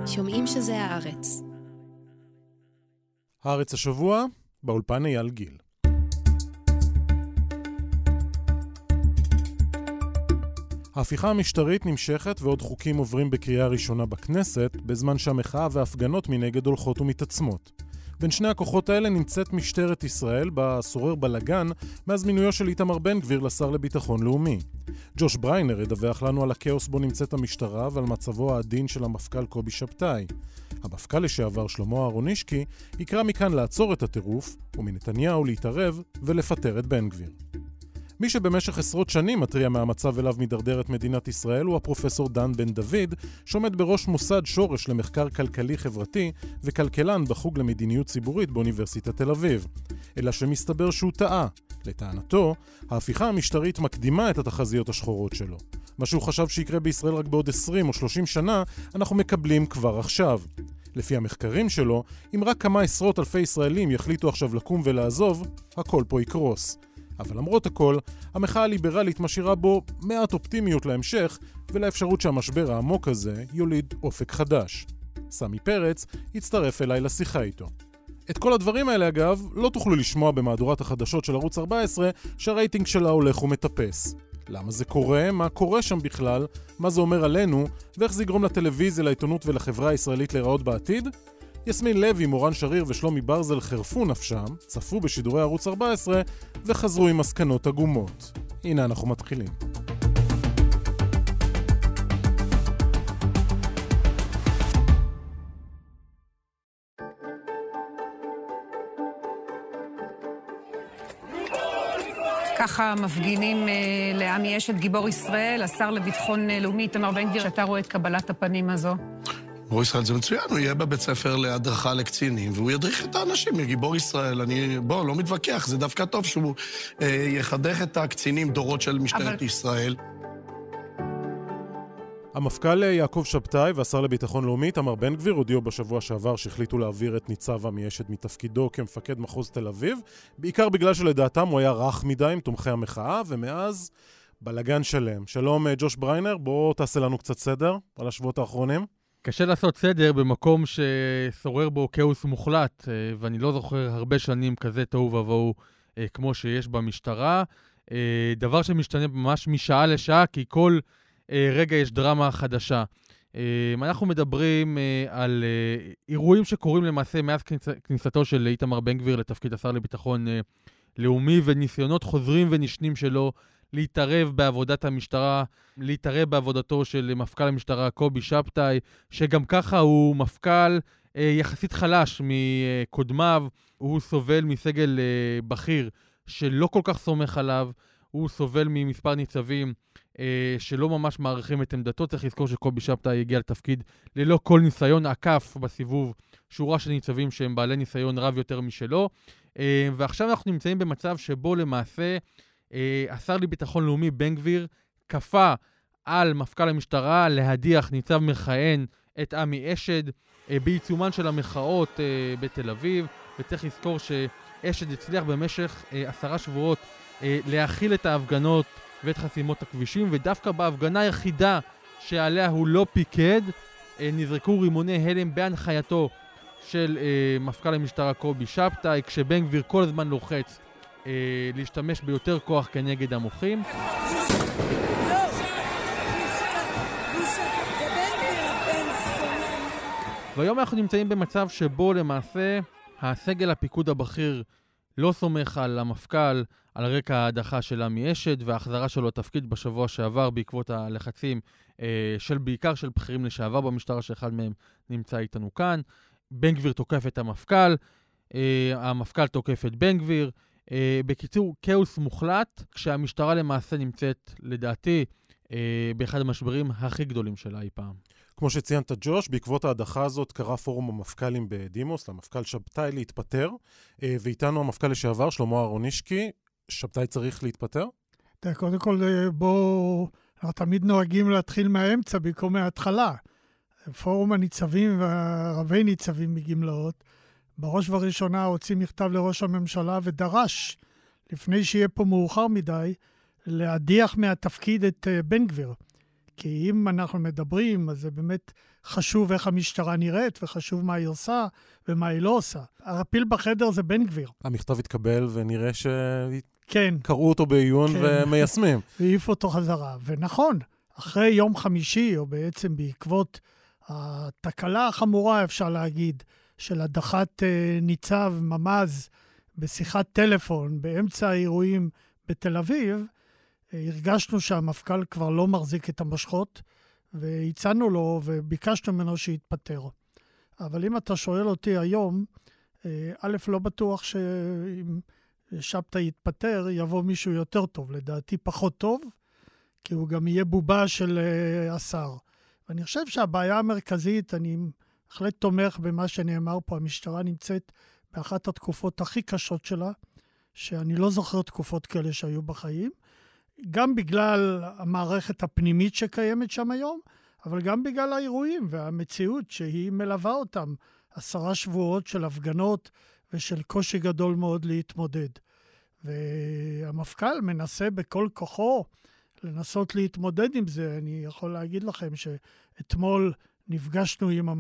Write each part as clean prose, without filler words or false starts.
שומעים שזה הארץ. הארץ השבוע, באולפן אייל גיל. ההפיכה המשטרית נמשכת ועוד חוקים עוברים בקריאה ראשונה בכנסת, בזמן שהמחאה וההפגנות מנגד הולכות ומתעצמות. בין שני הכוחות האלה נמצאת משטרת ישראל, בה שורר בלגן מאז מינויו של איתמר בן גביר לשר לביטחון לאומי. ג'וש בריינר ידווח לנו על הכאוס בו נמצאת המשטרה ועל מצבו העדין של המפכ"ל קובי שבתאי. המפכ"ל לשעבר שלמה אהרונישקי יקרא מכאן לעצור את הטירוף, ומנתניהו להתערב ולפטר את בן גביר. מי שבמשך עשרות שנים מטריע מהמצב אליו מדרדרת מדינת ישראל הוא הפרופסור דן בן דוד, שעומד בראש מוסד שורש למחקר כלכלי-חברתי וכלכלן בחוג למדיניות ציבורית באוניברסיטת תל אביב. אלא שמסתבר שהוא טעה. לטענתו, ההפיכה המשטרית מקדימה את התחזיות השחורות שלו. מה שהוא חשב שיקרה בישראל רק בעוד 20 או 30 שנה, אנחנו מקבלים כבר עכשיו. לפי המחקרים שלו, אם רק כמה עשרות אלפי ישראלים יחליטו עכשיו לקום ולעזוב, הכל פה יקרוס. אבל למרות הכל, המחאה הליברלית משאירה בו מעט אופטימיות להמשך ולאפשרות שהמשבר העמוק הזה יוליד אופק חדש. סמי פרץ יצטרף אליי לשיחה איתו. את כל הדברים האלה אגב לא תוכלו לשמוע במהדורת החדשות של ערוץ 14 שהרייטינג שלה הולך ומטפס. למה זה קורה? מה קורה שם בכלל? מה זה אומר עלינו? ואיך זה יגרום לטלוויזיה, לעיתונות ולחברה הישראלית להיראות בעתיד? יסמין לוי, מורן שריר ושלומי ברזל חרפו נפשם, צפו בשידורי ערוץ 14 וחזרו עם מסקנות עגומות. הנה אנחנו מתחילים. ככה מפגינים לעמי יש את גיבור ישראל, השר לביטחון לאומי איתמר בן גביר. שאתה רואה את קבלת הפנים הזו? גיבור ישראל זה מצוין, הוא יהיה בבית ספר להדרכה לקצינים, והוא ידריך את האנשים מגיבור ישראל. לא מתווכח, זה דווקא טוב שהוא יחדך את הקצינים דורות של משטרת ישראל. המפכ"ל יעקב שבתאי והשר לביטחון לאומי איתמר בן גביר הודיעו בשבוע שעבר שהחליטו להעביר את ניצב עמי אשד מתפקידו כמפקד מחוז תל אביב, בעיקר בגלל שלדעתם הוא היה רך מדי עם תומכי המחאה, ומאז בלגן שלם. שלום ג'וש בריינר, בוא תעשה לנו קצת סדר על השבועות האחרונים. קשה לעשות סדר במקום ששורר בו כאוס מוחלט, ואני לא זוכר הרבה שנים כזה תוהו ובוהו כמו שיש במשטרה. דבר שמשתנה ממש משעה לשעה, כי כל רגע יש דרמה חדשה. אנחנו מדברים על אירועים שקורים למעשה מאז כניסתו של איתמר בן גביר לתפקיד השר לביטחון לאומי, וניסיונות חוזרים ונשנים שלו להתערב בעבודת המשטרה, להתערב בעבודתו של מפכ"ל המשטרה קובי שבתאי, שגם ככה הוא מפכ"ל יחסית חלש מקודמיו, הוא סובל מסגל בכיר שלא כל כך סומך עליו, הוא סובל ממספר ניצבים שלא ממש מעריכים את עמדתו. צריך לזכור שקובי שבתאי הגיע לתפקיד ללא כל ניסיון, עקף בסיבוב שורה של ניצבים שהם בעלי ניסיון רב יותר משלו, ועכשיו אנחנו נמצאים במצב שבו למעשה השר לביטחון לאומי בן גביר כפה על מפכ"ל המשטרה להדיח ניצב מכהן את עמי אשד בעיצומן של המחאות בתל אביב, וצריך לזכור שאשד הצליח במשך 10 שבועות להכיל את ההפגנות ואת חסימות הכבישים, ודווקא בהפגנה היחידה שעליה הוא לא פיקד נזרקו רימוני הלם בהנחייתו של מפכ"ל המשטרה קובי שבתאי, כשבן גביר כל הזמן לוחץ להשתמש ביותר כוח כנגד המוחים. והיום אנחנו נמצאים במצב שבו למעשה הסגל הפיקוד הבכיר לא סומך על המפכ"ל על רקע ההדחה של עמי אשד וההחזרה שלו לתפקיד בשבוע שעבר בעקבות הלחצים של בעיקר של בכירים לשעבר במשטרה, שאחד מהם נמצא איתנו כאן. בן גביר תוקף את המפכ"ל, המפכ"ל תוקף את בן גביר. בקיצור, כאוס מוחלט, כשהמשטרה למעשה נמצאת, לדעתי, באחד המשברים הכי גדולים שלה אי פעם. כמו שציינת ג'וש, בעקבות ההדחה הזאת קרא פורום המפכ"לים בדימוס, למפכ"ל שבתאי להתפטר, ואיתנו המפכ"ל לשעבר שלמה אהרונישקי. שבתאי צריך להתפטר? קודם כל, אנחנו תמיד נוהגים להתחיל מהאמצע במקום מההתחלה. פורום הניצבים והרבי ניצבים מגמלאות, בראש ובראשונה הוציא מכתב לראש הממשלה ודרש, לפני שיהיה פה מאוחר מדי, להדיח מהתפקיד את בן גביר. כי אם אנחנו מדברים, אז זה באמת חשוב איך המשטרה נראית, וחשוב מה היא עושה ומה היא לא עושה. הפיל בחדר זה בן גביר. המכתב התקבל ונראה כן. קראו אותו בעיון כן. ומיישמים. והעיף אותו חזרה. ונכון, אחרי יום חמישי, או בעצם בעקבות התקלה החמורה, אפשר להגיד, של הדחת ניצב ממז בשיחת טלפון באמצע האירועים בתל אביב, הרגשנו שהמפכ"ל כבר לא מחזיק את המשכות, והצענו לו וביקשנו ממנו שיתפטר. אבל אם אתה שואל אותי היום, א', לא בטוח שאם שבתאי יתפטר, יבוא מישהו יותר טוב. לדעתי פחות טוב, כי הוא גם יהיה בובה של השר. ואני חושב שהבעיה המרכזית, אני בהחלט תומך במה שנאמר פה, המשטרה נמצאת באחת התקופות הכי קשות שלה, שאני לא זוכר תקופות כאלה שהיו בחיים, גם בגלל המערכת הפנימית שקיימת שם היום, אבל גם בגלל האירועים והמציאות שהיא מלווה אותם, 10 שבועות של הפגנות ושל קושי גדול מאוד להתמודד. והמפכ"ל מנסה בכל כוחו לנסות להתמודד עם זה. אני יכול להגיד לכם שאתמול נפגשנו עם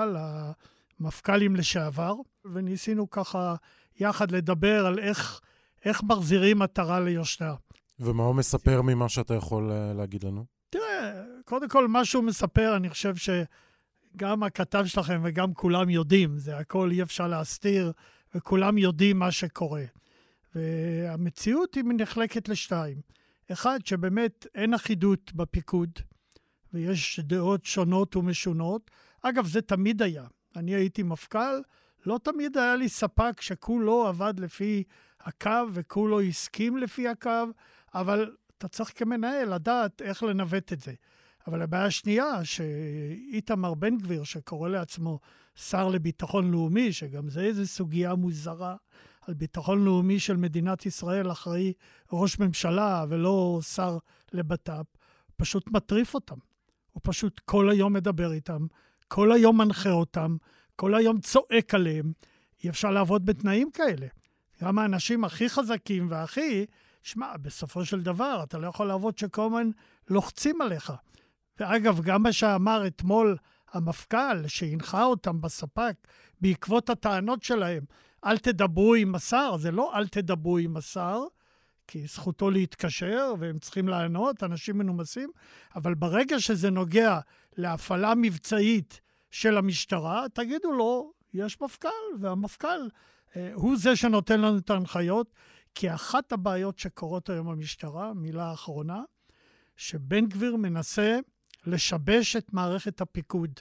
המפכ"לים לשעבר, וניסינו ככה יחד לדבר על איך מחזירים מטרה ליושנה. ומה הוא מספר ממה שאתה יכול להגיד לנו? תראה, קודם כל מה שהוא מספר, אני חושב שגם הכתב שלכם וגם כולם יודעים, זה הכל אי אפשר להסתיר, וכולם יודעים מה שקורה. והמציאות היא נחלקת לשתיים. אחד, שבאמת אין אחידות בפיקוד, ויש דעות שונות ומשונות. אגב, זה תמיד היה. אני הייתי מפכ"ל, לא תמיד היה לי ספק שכולו עבד לפי הקו וכולו הסכים לפי הקו, אבל אתה צריך כמנהל לדעת איך לנווט את זה. אבל הבעיה השנייה, שאיתמר בן גביר, שקורא לעצמו שר לביטחון לאומי, שגם זה איזו סוגיה מוזרה, על ביטחון לאומי של מדינת ישראל אחראי ראש ממשלה ולא שר לבט"פ, פשוט מטריף אותם. הוא פשוט כל היום מדבר איתם, כל היום מנחה אותם, כל היום צועק עליהם. אי אפשר לעבוד בתנאים כאלה. גם האנשים הכי חזקים והכי, שמע, בסופו של דבר, אתה לא יכול לעבוד שכל הזמן לוחצים עליך. ואגב, גם מה שאמר אתמול המפכ"ל, שהנחה אותם בספק, בעקבות הטענות שלהם, אל תדברו עם השר, זה לא אל תדברו עם השר, כי זכותו להתקשר, והם צריכים לענות, אנשים מנומסים, אבל ברגע שזה נוגע להפעלה מבצעית של המשטרה, תגידו לו, יש מפכ"ל, והמפכ"ל הוא זה שנותן לנו את ההנחיות, כי אחת הבעיות שקורות היום במשטרה, מילה האחרונה, שבן גביר מנסה לשבש את מערכת הפיקוד.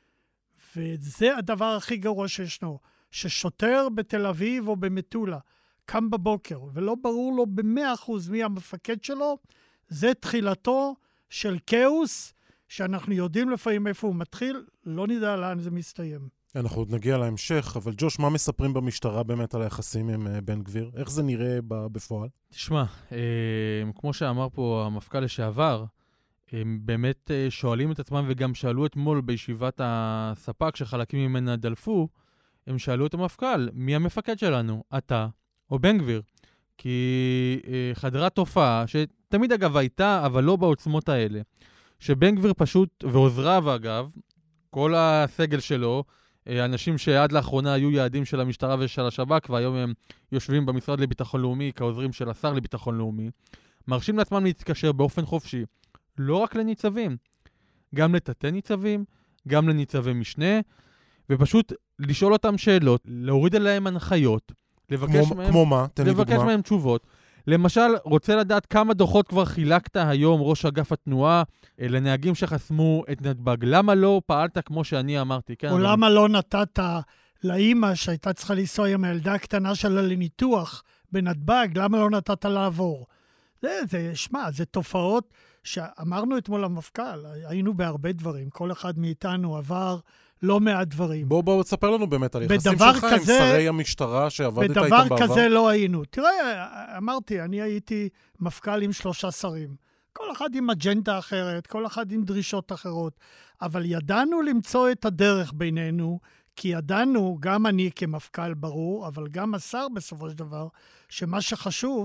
וזה הדבר הכי גרוע שישנו, ששוטר בתל אביב או במטולה קם בבוקר, ולא ברור לו ב100% מי המפקד שלו, זה תחילתו של כאוס, שאנחנו יודעים לפעמים איפה הוא מתחיל, לא נדע לאן זה מסתיים. אנחנו עוד נגיע להמשך, אבל ג'וש, מה מספרים במשטרה באמת על היחסים עם בן גביר? איך זה נראה בפועל? תשמע, כמו שאמר פה המפכ"ל לשעבר, הם באמת שואלים את עצמם, וגם שאלו אתמול בישיבת הספק שחלקים ממנה דלפו, הם שאלו את המפכ"ל, מי המפקד שלנו? אתה או בן גביר? כי חדרה תופעה, שתמיד אגב הייתה, אבל לא בעוצמות האלה, שבן גביר פשוט, ועוזריו אגב, כל הסגל שלו, אנשים שעד לאחרונה היו יעדים של המשטרה ושל השב"כ, והיום הם יושבים במשרד לביטחון לאומי כעוזרים של השר לביטחון לאומי, מרשים לעצמם להתקשר באופן חופשי, לא רק לניצבים, גם לתתי ניצבים, גם לניצבי משנה, ופשוט לשאול אותם שאלות, להוריד עליהם הנחיות, לבקש מהם, כמו מה? תן לי דוגמה. לבקש מהם תשובות. למשל, רוצה לדעת כמה דוחות כבר חילקת היום ראש אגף התנועה לנהגים שחסמו את נתב"ג. למה לא פעלת כמו שאני אמרתי? כן, או למה לא נתת לאמא שהייתה צריכה לנסוע עם הילדה הקטנה שלה לניתוח בנתב"ג, למה לא נתת לעבור? שמע, זה תופעות שאמרנו אתמול למפכ"ל, היינו בהרבה דברים, כל אחד מאיתנו עבר לא מעט דברים. בואו תספר לנו באמת על יחסים שלך עם שרי המשטרה שעבדת איתם בעבר. בדבר כזה לא היינו. תראה, אמרתי, אני הייתי מפכ"ל עם 3 שרים. כל אחד עם אג'נדה אחרת, כל אחד עם דרישות אחרות. אבל ידענו למצוא את הדרך בינינו, כי ידענו, גם אני כמפכ"ל ברור, אבל גם השר בסופו של דבר, שמה שחשוב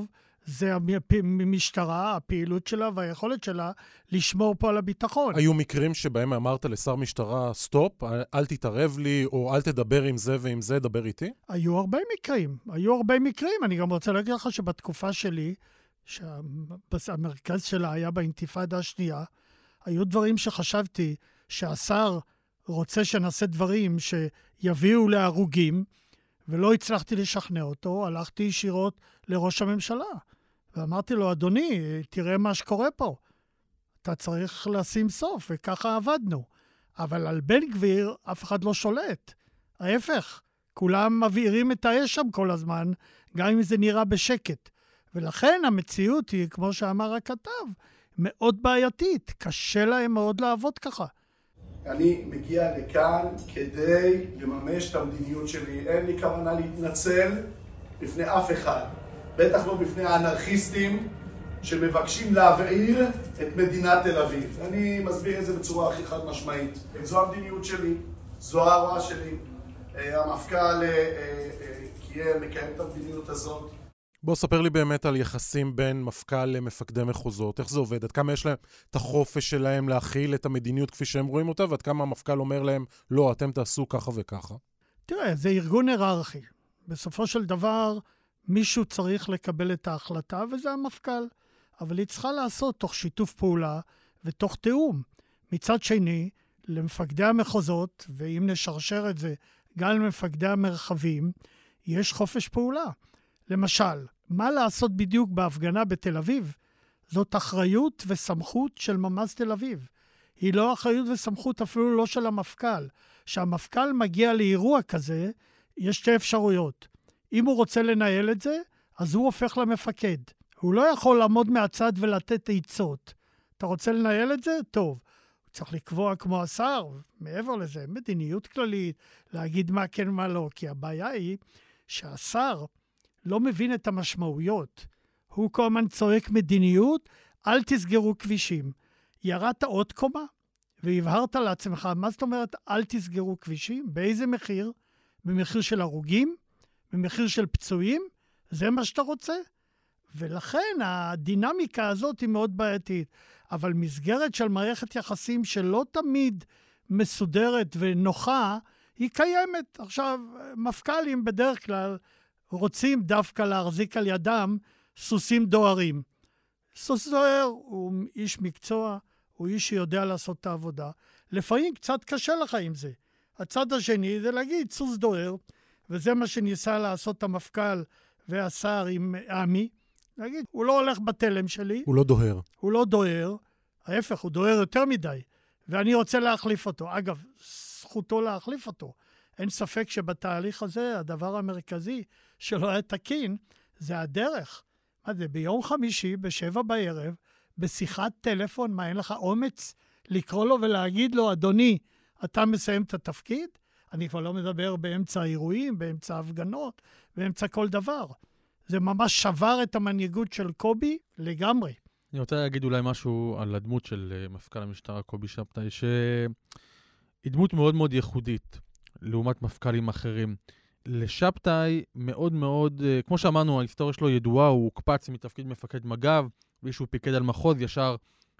זה המשטרה, הפעילות שלה והיכולת שלה לשמור פה על הביטחון. היו מקרים שבהם אמרת לשר משטרה, סטופ, אל תתערב לי, או אל תדבר עם זה ועם זה, דבר איתי? היו הרבה מקרים. אני גם רוצה להגיד לך שבתקופה שלי, שהמרכז שלה היה באינתיפאדה השנייה, היו דברים שחשבתי שהשר רוצה שנעשה דברים שיביאו להרוגים, ולא הצלחתי לשכנע אותו, הלכתי ישירות לראש הממשלה. ואמרתי לו, אדוני, תראה מה שקורה פה. אתה צריך לשים סוף, וככה עבדנו. אבל על בן גביר אף אחד לא שולט. ההפך, כולם מבעירים את האש שם כל הזמן, גם אם זה נראה בשקט. ולכן המציאות היא, כמו שאמר הכתב, מאוד בעייתית. קשה להם מאוד לעבוד ככה. אני מגיע לכאן כדי לממש את המדיניות שלי. אין לי כוונה להתנצל בפני אף אחד. בטח לא בפני האנרכיסטים שמבקשים להבעיר את מדינת תל אביב. אני מסביר את זה בצורה הכי חד משמעית. זו המדיניות שלי, זו ההוראה שלי. המפכ"ל מקיים את המדיניות הזאת. בוא ספר לי באמת על יחסים בין מפכ"ל למפקדי מחוזות, איך זה עובד, עד כמה יש להם את החופש שלהם להכיל את המדיניות כפי שהם רואים אותה, ועד כמה המפכ"ל אומר להם, לא, אתם תעשו ככה וככה. תראה, זה ארגון היררכי. בסופו של דבר, מישהו צריך לקבל את ההחלטה, וזה המפכ"ל. אבל היא צריכה לעשות תוך שיתוף פעולה ותוך תיאום. מצד שני, למפקדי המחוזות, ואם נשרשר את זה, גם למפקדי המרחבים, יש חופש פעולה. למשל, מה לעשות בדיוק בהפגנה בתל אביב? זאת אחריות וסמכות של ממ"ז תל אביב. היא לא אחריות וסמכות אפילו לא של המפכ"ל. כשהמפכ"ל מגיע לאירוע כזה, יש שתי אפשרויות. אם הוא רוצה לנהל את זה, אז הוא הופך למפקד. הוא לא יכול לעמוד מהצד ולתת עצות. אתה רוצה לנהל את זה? טוב. הוא צריך לקבוע כמו השר, מעבר לזה, מדיניות כללית, להגיד מה כן מה לא, כי הבעיה היא שהשר לא מבין את המשמעויות. הוא כל הזמן צועק מדיניות, אל תסגרו כבישים. ירדת עוד קומה והבהרת לעצמך, מה זאת אומרת אל תסגרו כבישים? באיזה מחיר? במחיר של הרוגים? במחיר של פצועים? זה מה שאתה רוצה? ולכן הדינמיקה הזאת היא מאוד בעייתית. אבל מסגרת של מערכת יחסים שלא תמיד מסודרת ונוחה, היא קיימת. עכשיו, מפכ"לים בדרך כלל רוצים דווקא להחזיק על ידם סוסים דוהרים. סוס דוהר הוא איש מקצוע, הוא איש שיודע לעשות את העבודה. לפעמים קצת קשה לך עם זה. הצד השני זה להגיד סוס דוהר, וזה מה שניסה לעשות המפכ"ל והשר עם עמי. להגיד, הוא לא הולך בתלם שלי. הוא לא דוהר. הוא לא דוהר. ההפך, הוא דוהר יותר מדי. ואני רוצה להחליף אותו. אגב, זכותו להחליף אותו. אין ספק שבתהליך הזה, הדבר המרכזי שלא היה תקין, זה הדרך. מה זה, ביום חמישי, ב7 בערב, בשיחת טלפון, מה, אין לך אומץ לקרוא לו ולהגיד לו, אדוני, אתה מסיים את התפקיד? אני כבר לא מדבר באמצע האירועים, באמצע ההפגנות, באמצע כל דבר. זה ממש שבר את המנהיגות של קובי לגמרי. אני רוצה להגיד אולי משהו על הדמות של מפכ"ל המשטרה קובי שבתאי, שהיא דמות מאוד מאוד ייחודית, לעומת מפכ"לים אחרים. לשבתאי מאוד מאוד, כמו שאמרנו, ההיסטוריה שלו ידועה, הוא הוקפץ מתפקיד מפקד מג"ב, וישהו פיקד על מחוז, ישר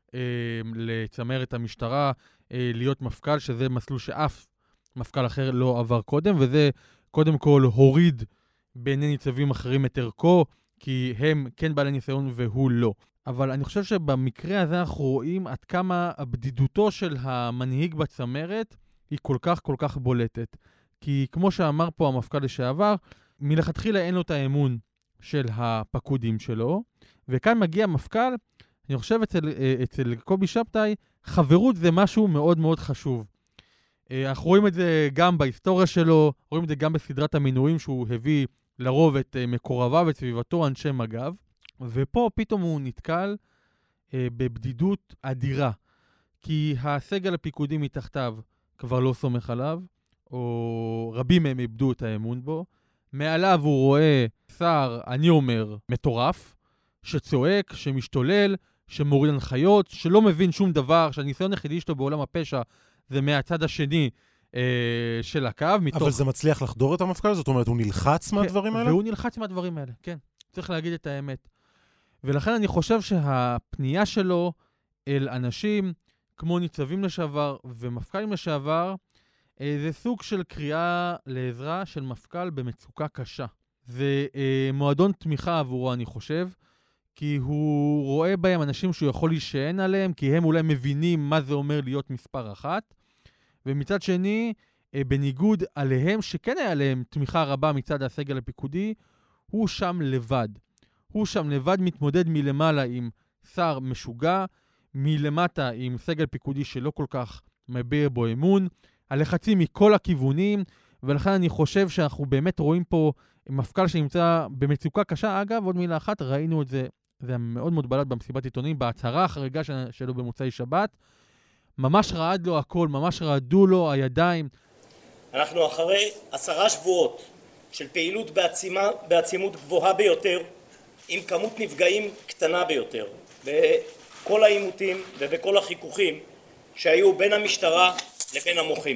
לצמר את המשטרה, להיות מפכ"ל, שזה מסלול שאף מפכ"ל אחר לא עבר קודם, וזה קודם כל הוריד בעיני ניצבים אחרים את ערכו, כי הם כן בעלי ניסיון והוא לא. אבל אני חושב שבמקרה הזה אנחנו רואים עד כמה הבדידותו של המנהיג בצמרת היא כל כך בולטת. כי כמו שאמר פה המפכ"ל לשעבר, מלכתחילה אין לו את האמון של הפקודים שלו, וכאן מגיע מפכ"ל, אני חושב אצל קובי שבתאי, חברות זה משהו מאוד מאוד חשוב. אנחנו רואים את זה גם בהיסטוריה שלו, רואים את זה גם בסדרת המינויים שהוא הביא לרוב את מקורביו וסביבתו, אנשי מג"ב, ופה פתאום הוא נתקל בבדידות אדירה, כי הסגל הפיקודי מתחתיו כבר לא סומך עליו, או רבים מהם איבדו את האמון בו. מעליו הוא רואה שר, אני אומר, מטורף, שצועק, שמשתולל, שמוריד הנחיות, שלא מבין שום דבר, שהניסיון היחידי שלו בעולם הפשע זה מהצד השני של הקו. אבל זה מצליח לחדור את המפכ"ל? זאת אומרת, הוא נלחץ מהדברים האלה? והוא נלחץ מהדברים האלה, כן. צריך להגיד את האמת. ולכן אני חושב שהפנייה שלו אל אנשים כמו ניצבים לשעבר ומפכ"לים לשעבר, זה סוג של קריאה לעזרה של מפכ"ל במצוקה קשה. זה מועדון תמיכה עבורו, אני חושב, כי הוא רואה בהם אנשים שהוא יכול להישען עליהם, כי הם אולי מבינים מה זה אומר להיות מספר אחת, ומצד שני, בניגוד עליהם, שכן היה להם תמיכה רבה מצד הסגל הפיקודי, הוא שם לבד. הוא שם לבד מתמודד מלמעלה עם שר משוגע, מלמטה עם סגל פיקודי שלא כל כך מביע בו אמון, הלחצים מכל הכיוונים, ולכן אני חושב שאנחנו באמת רואים פה מפכ"ל שנמצא במצוקה קשה. אגב, עוד מילה אחת, ראינו את זה, זה מאוד מאוד בלט במסיבת עיתונים, בהצהרה החריגה שלו במוצאי שבת, ממש רעד לו הכל, ממש רעדו לו הידיים. אנחנו אחרי 10 שבועות של פעילות בעצימות גבוהה ביותר, עם כמות נפגעים קטנה ביותר, בכל העימותים ובכל החיכוכים שהיו בין המשטרה לבין המוחים.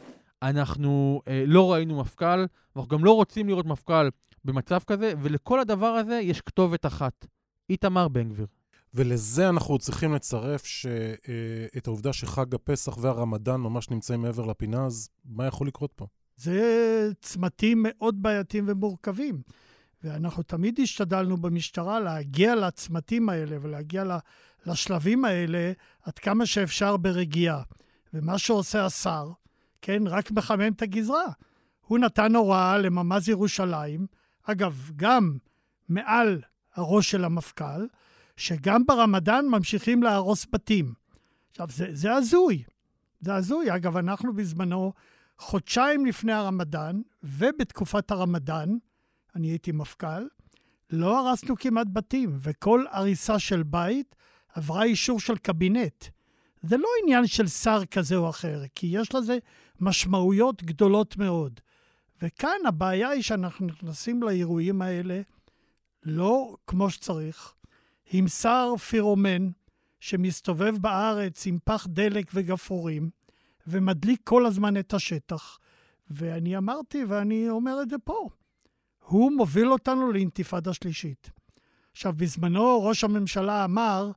אנחנו לא ראינו מפכ"ל, ואנחנו גם לא רוצים לראות מפכ"ל במצב כזה, ולכל הדבר הזה יש כתובת אחת, איתמר בן גביר. ולזה אנחנו צריכים לצרף את העובדה שחג הפסח והרמדאן ממש נמצאים מעבר לפינה, אז מה יכול לקרות פה? זה צמתים מאוד בעייתיים ומורכבים, ואנחנו תמיד השתדלנו במשטרה להגיע לצמתים האלה ולהגיע לשלבים האלה עד כמה שאפשר ברגיעה. ומה שעושה השר, כן, רק מחמם את הגזרה. הוא נתן הוראה לממ"ז ירושלים, אגב, גם מעל הראש של המפכ"ל, שגם ברמדאן ממשיכים להרוס בתים. עכשיו, זה הזוי. זה הזוי. אגב, אנחנו בזמנו, חודשיים לפני הרמדאן, ובתקופת הרמדאן, אני הייתי מפכ"ל, לא הרסנו כמעט בתים, וכל הריסה של בית עברה אישור של קבינט. זה לא עניין של שר כזה או אחר, כי יש לזה משמעויות גדולות מאוד. וכאן הבעיה היא שאנחנו נכנסים לאירועים האלה, לא כמו שצריך, עם שר פירומן שמסתובב בארץ עם פח דלק וגפורים, ומדליק כל הזמן את השטח. ואני אמרתי, ואני אומר את זה פה, הוא מוביל אותנו לאינתיפאדה שלישית. עכשיו, בזמנו ראש הממשלה אמר,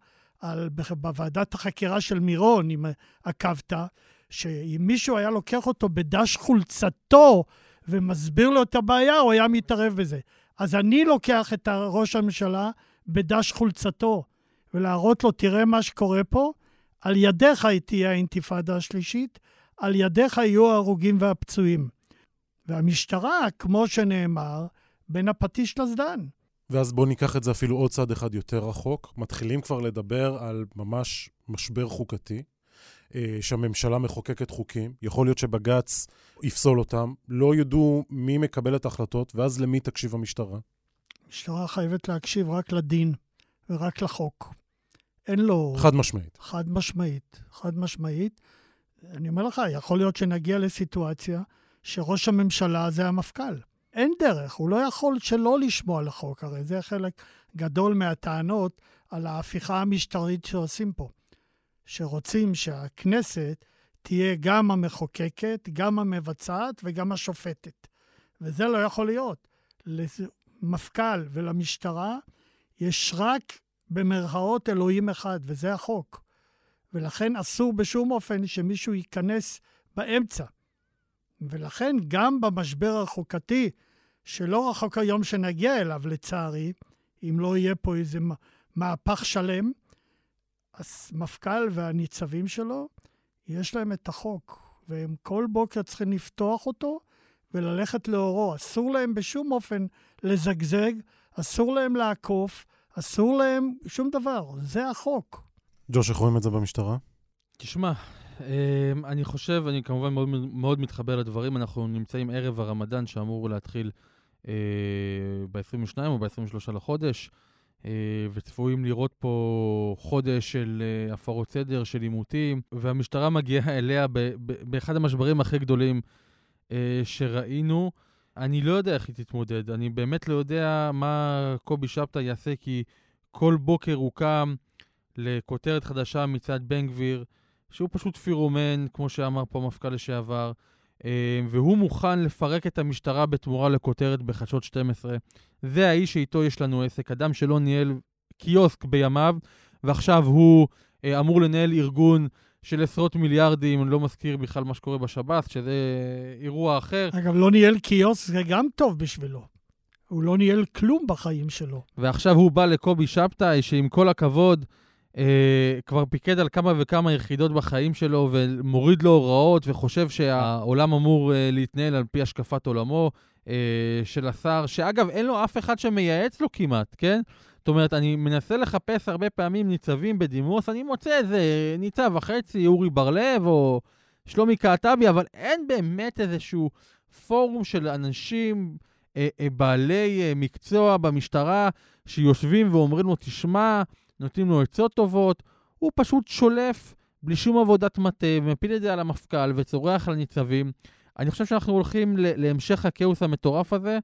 בוועדת החקירה של מירון, אם עקבת, שאם מישהו היה לוקח אותו בדש חולצתו ומסביר לו את הבעיה, הוא היה מתערב בזה. אז אני לוקח את ראש הממשלה בדש חולצתו, ולהראות לו, תראה מה שקורה פה, על ידיך תהיה האינתיפאדה השלישית, על ידיך יהיו ההרוגים והפצועים. והמשטרה, כמו שנאמר, בין הפטיש לסדן. ואז בואו ניקח את זה אפילו עוד צעד אחד יותר רחוק. מתחילים כבר לדבר על ממש משבר חוקתי, שהממשלה מחוקקת חוקים, יכול להיות שבג"ץ יפסול אותם, לא ידעו מי מקבל את ההחלטות, ואז למי תקשיב המשטרה? המשטרה חייבת להקשיב רק לדין ורק לחוק. אין לו... חד משמעית. חד משמעית. אני אומר לך, יכול להיות שנגיע לסיטואציה שראש הממשלה זה המפכ"ל. אין דרך, הוא לא יכול שלא לשמוע לחוק, הרי זה חלק גדול מהטענות על ההפיכה המשטרית שעושים פה. שרוצים שהכנסת תהיה גם המחוקקת, גם המבצעת וגם השופטת. וזה לא יכול להיות. למפכ"ל ולמשטרה יש רק במרכאות אלוהים אחד, וזה החוק. ולכן אסור בשום אופן שמישהו ייכנס באמצע. ולכן גם במשבר החוקתי, שלא רחוק היום שנגיע אליו לצערי, אם לא יהיה פה איזה מהפך שלם, אז מפכ"ל והניצבים שלו, יש להם את החוק, והם כל בוקר צריכים לפתוח אותו וללכת לאורו. אסור להם בשום אופן לזגזג, אסור להם לעקוף, אסור להם שום דבר. זה החוק. ג'וש, איך רואים את זה במשטרה? תשמע, אני חושב, אני כמובן מאוד, מאוד מתחבר לדברים, אנחנו נמצאים ערב הרמדאן שאמור להתחיל ב-22 או ב-23 לחודש, וצפויים לראות פה חודש של הפרות סדר, של עימותים, והמשטרה מגיעה אליה באחד המשברים הכי גדולים שראינו. אני לא יודע איך היא תתמודד, אני באמת לא יודע מה קובי שבתאי יעשה, כי כל בוקר הוא קם לכותרת חדשה מצד בן גביר, שהוא פשוט פירומן, כמו שאמר פה מפכ"ל לשעבר, והוא מוכן לפרק את המשטרה בתמורה לכותרת בחדשות 12. זה האיש שאיתו יש לנו עסק, אדם שלא ניהל קיוסק בימיו, ועכשיו הוא אמור לנהל ארגון של עשרות מיליארדים, אני לא מזכיר בכלל מה שקורה בשב"ס, שזה אירוע אחר. אגב, לא ניהל קיוסק, זה גם טוב בשבילו. הוא לא ניהל כלום בחיים שלו. ועכשיו הוא בא לקובי שבתאי, שעם כל הכבוד, כבר פיקד על כמה וכמה יחידות בחיים שלו, ומוריד לו הוראות, וחושב שהעולם אמור להתנהל על פי השקפת עולמו של השר, שאגב, אין לו אף אחד שמייעץ לו כמעט, כן? זאת אומרת, אני מנסה לחפש הרבה פעמים ניצבים בדימוס, אני מוצא איזה ניצב וחצי, אורי בר-לב או שלומי קעטבי, אבל אין באמת איזשהו פורום של אנשים בעלי מקצוע במשטרה, שיושבים ואומרים לו, תשמע, נותנים לו עצות טובות, הוא פשוט שולף בלי שום עבודת מטה, ומפיל את זה על המפכ"ל וצורח על ניצבים. אני חושב שאנחנו הולכים להמשך הכאוס המטורף הזה,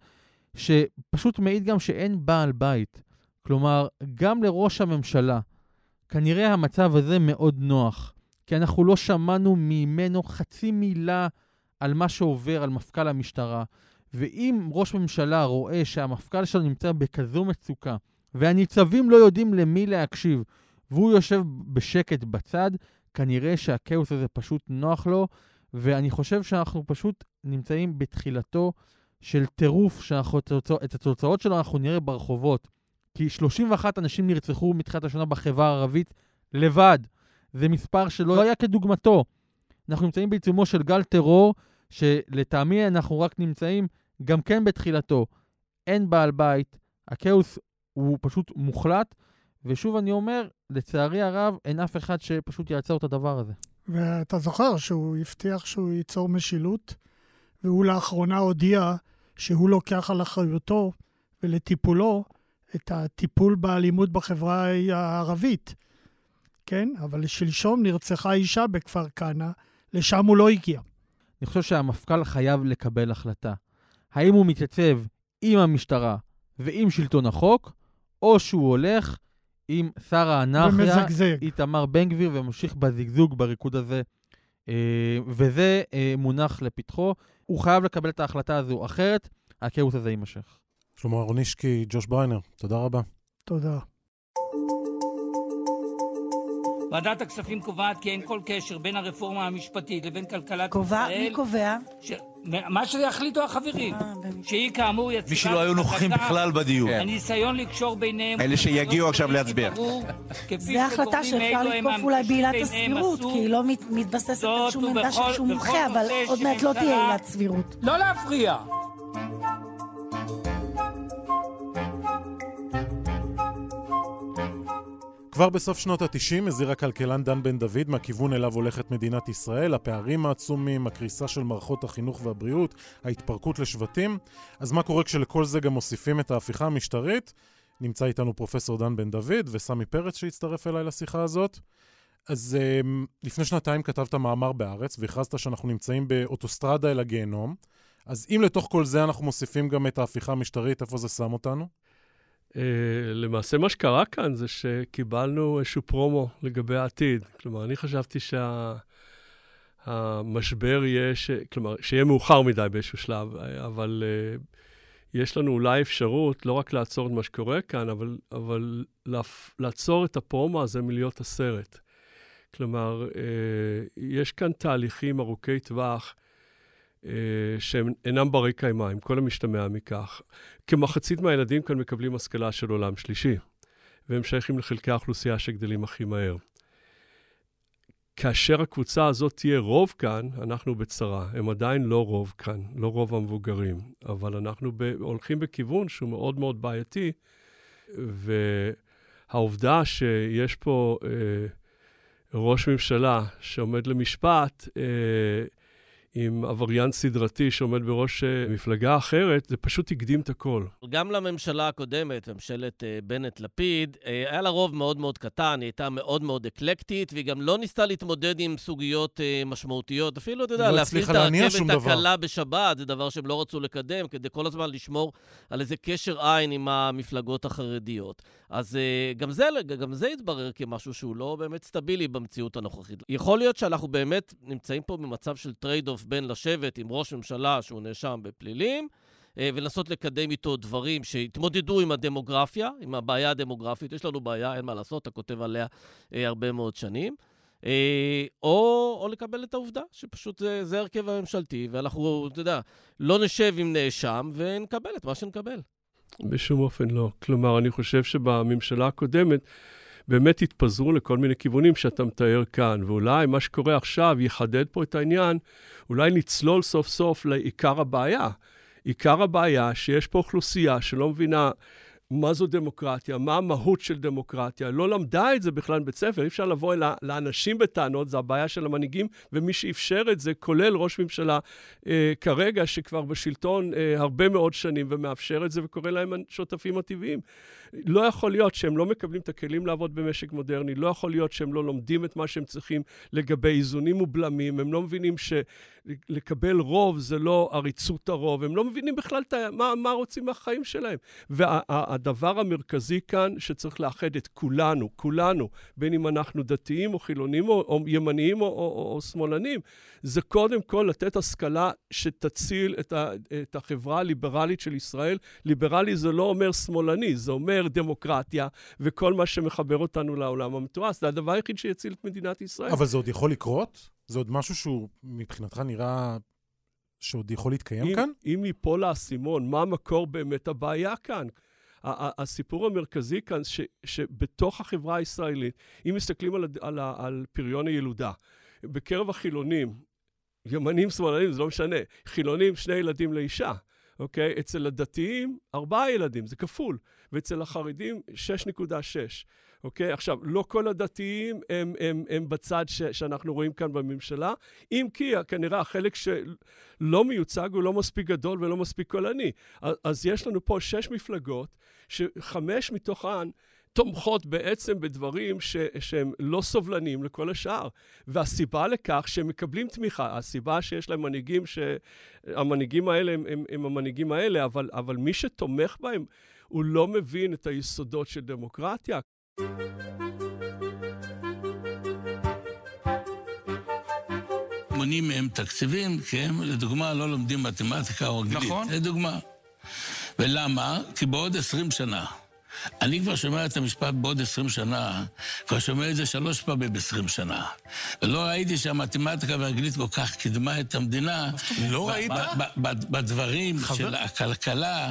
שפשוט מעיד גם שאין בעל בית. כלומר, גם לראש הממשלה, כנראה המצב הזה מאוד נוח, כי אנחנו לא שמענו ממנו חצי מילה על מה שעובר על מפכ"ל המשטרה, ואם ראש ממשלה רואה שהמפכ"ל שלו נמצא בכזו מצוקה, והניצבים לא יודעים למי להקשיב, והוא יושב בשקט בצד, כנראה שהכאוס הזה פשוט נוח לו, ואני חושב שאנחנו פשוט נמצאים בתחילתו של טירוף, את התוצאות שלו אנחנו נראה ברחובות. כי 31 אנשים נרצחו מתחילת השנה בחברה הערבית לבד. זה מספר שלא היה כדוגמתו. אנחנו נמצאים בעיצומו של גל טרור, שלטעמי אנחנו רק נמצאים גם כן בתחילתו. אין בעל בית, הכאוס הוא פשוט מוחלט, ושוב אני אומר, לצערי הרב, אין אף אחד שפשוט יעצר את הדבר הזה. ואתה זוכר שהוא הבטיח שהוא ייצור משילות, והוא לאחרונה הודיע שהוא לוקח על אחריותו ולטיפולו את הטיפול באלימות בחברה הערבית. כן? אבל שלשום נרצחה אישה בכפר כנא, לשם הוא לא הגיע. אני חושב שהמפכ"ל חייב לקבל החלטה. האם הוא מתייצב עם המשטרה ועם שלטון החוק, או שהוא הולך עם שר האנרכיה, איתמר בן גביר, וממשיך בזיגזוג בריקוד הזה. וזה מונח לפתחו. הוא חייב לקבל את ההחלטה הזו, אחרת הכאוס הזה יימשך. שלמה אהרונישקי, ג'וש בריינר, תודה רבה. תודה. ועדת הכספים קובעת כי אין כל קשר בין הרפורמה המשפטית לבין כלכלת ישראל. מי קובע? מה שיחליטו החברים. שהיא כאמור יצירת... מי שלא היו נוכחים בכלל בדיון. הניסיון לקשור ביניהם... אלה שיגיעו עכשיו להצביע. זה החלטה שאפשר לתקוף אולי בעילת הסבירות, כי היא לא מתבססת על שום עמדה של שום מומחה, אבל עוד מעט לא תהיה עילת סבירות. לא להפריע. כבר בסוף שנות ה-90 הזהיר הכלכלן דן בן דוד מהכיוון אליו הולכת מדינת ישראל, הפערים העצומים, הקריסה של מערכות החינוך והבריאות, ההתפרקות לשבטים. אז מה קורה כשלכל זה גם מוסיפים את ההפיכה המשטרית? נמצא איתנו פרופסור דן בן דוד וסמי פרץ שהצטרף אליי לשיחה הזאת. אז לפני שנתיים כתבת מאמר בארץ והכרזת שאנחנו נמצאים באוטוסטרדה אל הגיהנום. אז אם לתוך כל זה אנחנו מוסיפים גם את ההפיכה המשטרית, איפה זה שם אותנו? למעשה מה שקרה כאן זה שקיבלנו איזשהו פרומו לגבי העתיד. כלומר, אני חשבתי שהמשבר יהיה, כלומר, שיהיה מאוחר מדי באיזשהו שלב, אבל יש לנו אולי אפשרות לא רק לעצור את מה שקורה כאן, אבל לעצור את הפרומו הזה מלהיות הסרט. כלומר, יש כאן תהליכים ארוכי טווח, שהם אינם ברי קיימא, עם כל המשתמע מכך. כמחצית מהילדים כאן מקבלים השכלה של עולם שלישי, והם שייכים לחלקי האוכלוסייה שגדלים הכי מהר. כאשר הקבוצה הזאת תהיה רוב כאן, אנחנו בצרה. הם עדיין לא רוב כאן, לא רוב המבוגרים, אבל אנחנו הולכים בכיוון שהוא מאוד מאוד בעייתי, והעובדה שיש פה ראש ממשלה שעומד למשפט, עם עבריין סדרתי שעומד בראש מפלגה אחרת, זה פשוט הקדים את הכל. גם לממשלה הקודמת, ממשלת בנט-לפיד, היה לה רוב מאוד מאוד קטן, היא הייתה מאוד מאוד אקלקטית, והיא גם לא ניסתה להתמודד עם סוגיות משמעותיות. אפילו, אתה יודע, להפעיל את הרכבת הקלה בשבת, זה דבר שהם לא רצו לקדם, כדי כל הזמן לשמור על איזה קשר עין עם המפלגות החרדיות. אז גם זה יתברר כמשהו שהוא לא באמת סטבילי במציאות הנוכחית. יכול להיות שאנחנו באמת נמצאים פה במצב של טרייד אוף בין לשבת עם ראש ממשלה שהוא נאשם בפלילים, ולנסות לקדם איתו דברים שהתמודדו עם הדמוגרפיה, עם הבעיה הדמוגרפית. יש לנו בעיה, אין מה לעשות, אתה כותב עליה הרבה מאוד שנים. או לקבל את העובדה שפשוט זה הרכב הממשלתי, ואנחנו, אתה יודע, לא נשב עם נאשם ונקבל את מה שנקבל. בשום אופן לא. כלומר, אני חושב שבממשלה הקודמת באמת התפזרו לכל מיני כיוונים שאתה מתאר כאן, ואולי מה שקורה עכשיו יחדד פה את העניין, אולי נצלול סוף סוף לעיקר הבעיה. עיקר הבעיה שיש פה אוכלוסייה שלא מבינה מה זו דמוקרטיה, מה המהות של דמוקרטיה, לא למדה את זה בכלל בבית ספר, אי אפשר לבוא לאנשים בטענות, זה הבעיה של המנהיגים, ומי שאפשר את זה, כולל ראש ממשלה כרגע, שכבר בשלטון הרבה מאוד שנים, ומאפשר את זה, וקורא להם השותפים הטבעיים. לא יכול להיות שהם לא מקבלים את הכלים לעבוד במשק מודרני, לא יכול להיות שהם לא לומדים את מה שהם צריכים לגבי איזונים ובלמים, הם לא מבינים שלקבל רוב זה לא עריצות הרוב, הם לא מבינים בכלל מה רוצים מהחיים שלהם. והדבר המרכזי כאן שצריך לאחד את כולנו, בין אם אנחנו דתיים או חילונים או ימניים או שמאלנים, זה קודם כל לתת השכלה שתציל את החברה הליברלית של ישראל. ליברלי זה לא אומר שמאלני, זה אומר דמוקרטיה, וכל מה שמחבר אותנו לעולם המתועש. זה הדבר היחיד שיציל את מדינת ישראל. אבל זה עוד יכול לקרות? זה עוד משהו שהוא מבחינתך נראה שעוד יכול להתקיים כאן? אם ייפול האסימון, מה המקור באמת הבעיה כאן? הסיפור המרכזי כאן, שבתוך החברה הישראלית, אם מסתכלים על פריון הילודה, בקרב החילונים, ימנים, שמאלנים, זה לא משנה, חילונים 2 ילדים לאישה, אוקיי? אצל הדתיים 4 ילדים, זה כפול, ואצל החרדים 6.6. אוקיי? עכשיו, לא כל הדתיים הם בצד שאנחנו רואים כאן בממשלה, אם כי כנראה החלק שלא מיוצג הוא לא מספיק גדול ולא מספיק קולני. אז יש לנו פה 6 מפלגות, ש5 מתוכן תומכות בעצם בדברים שהם לא סובלנים לכל השאר. והסיבה לכך שהם מקבלים תמיכה, הסיבה שיש להם מנהיגים, שהמנהיגים האלה הם המנהיגים האלה, אבל מי שתומך בהם, הוא לא מבין את היסודות של דמוקרטיה. מונים מהם תקציבים, כי הם לדוגמה לא לומדים מתמטיקה או אנגלית. נכון. לדוגמה. ולמה? כי בעוד 20 שנה. אני כבר שומע את המשפט בעוד 20 שנה, כבר שומע את זה 3 פעמים ב-20 שנה. ולא ראיתי שהמתמטיקה והאנגלית כל כך קידמה את המדינה. לא ראית? בדברים של הכלכלה.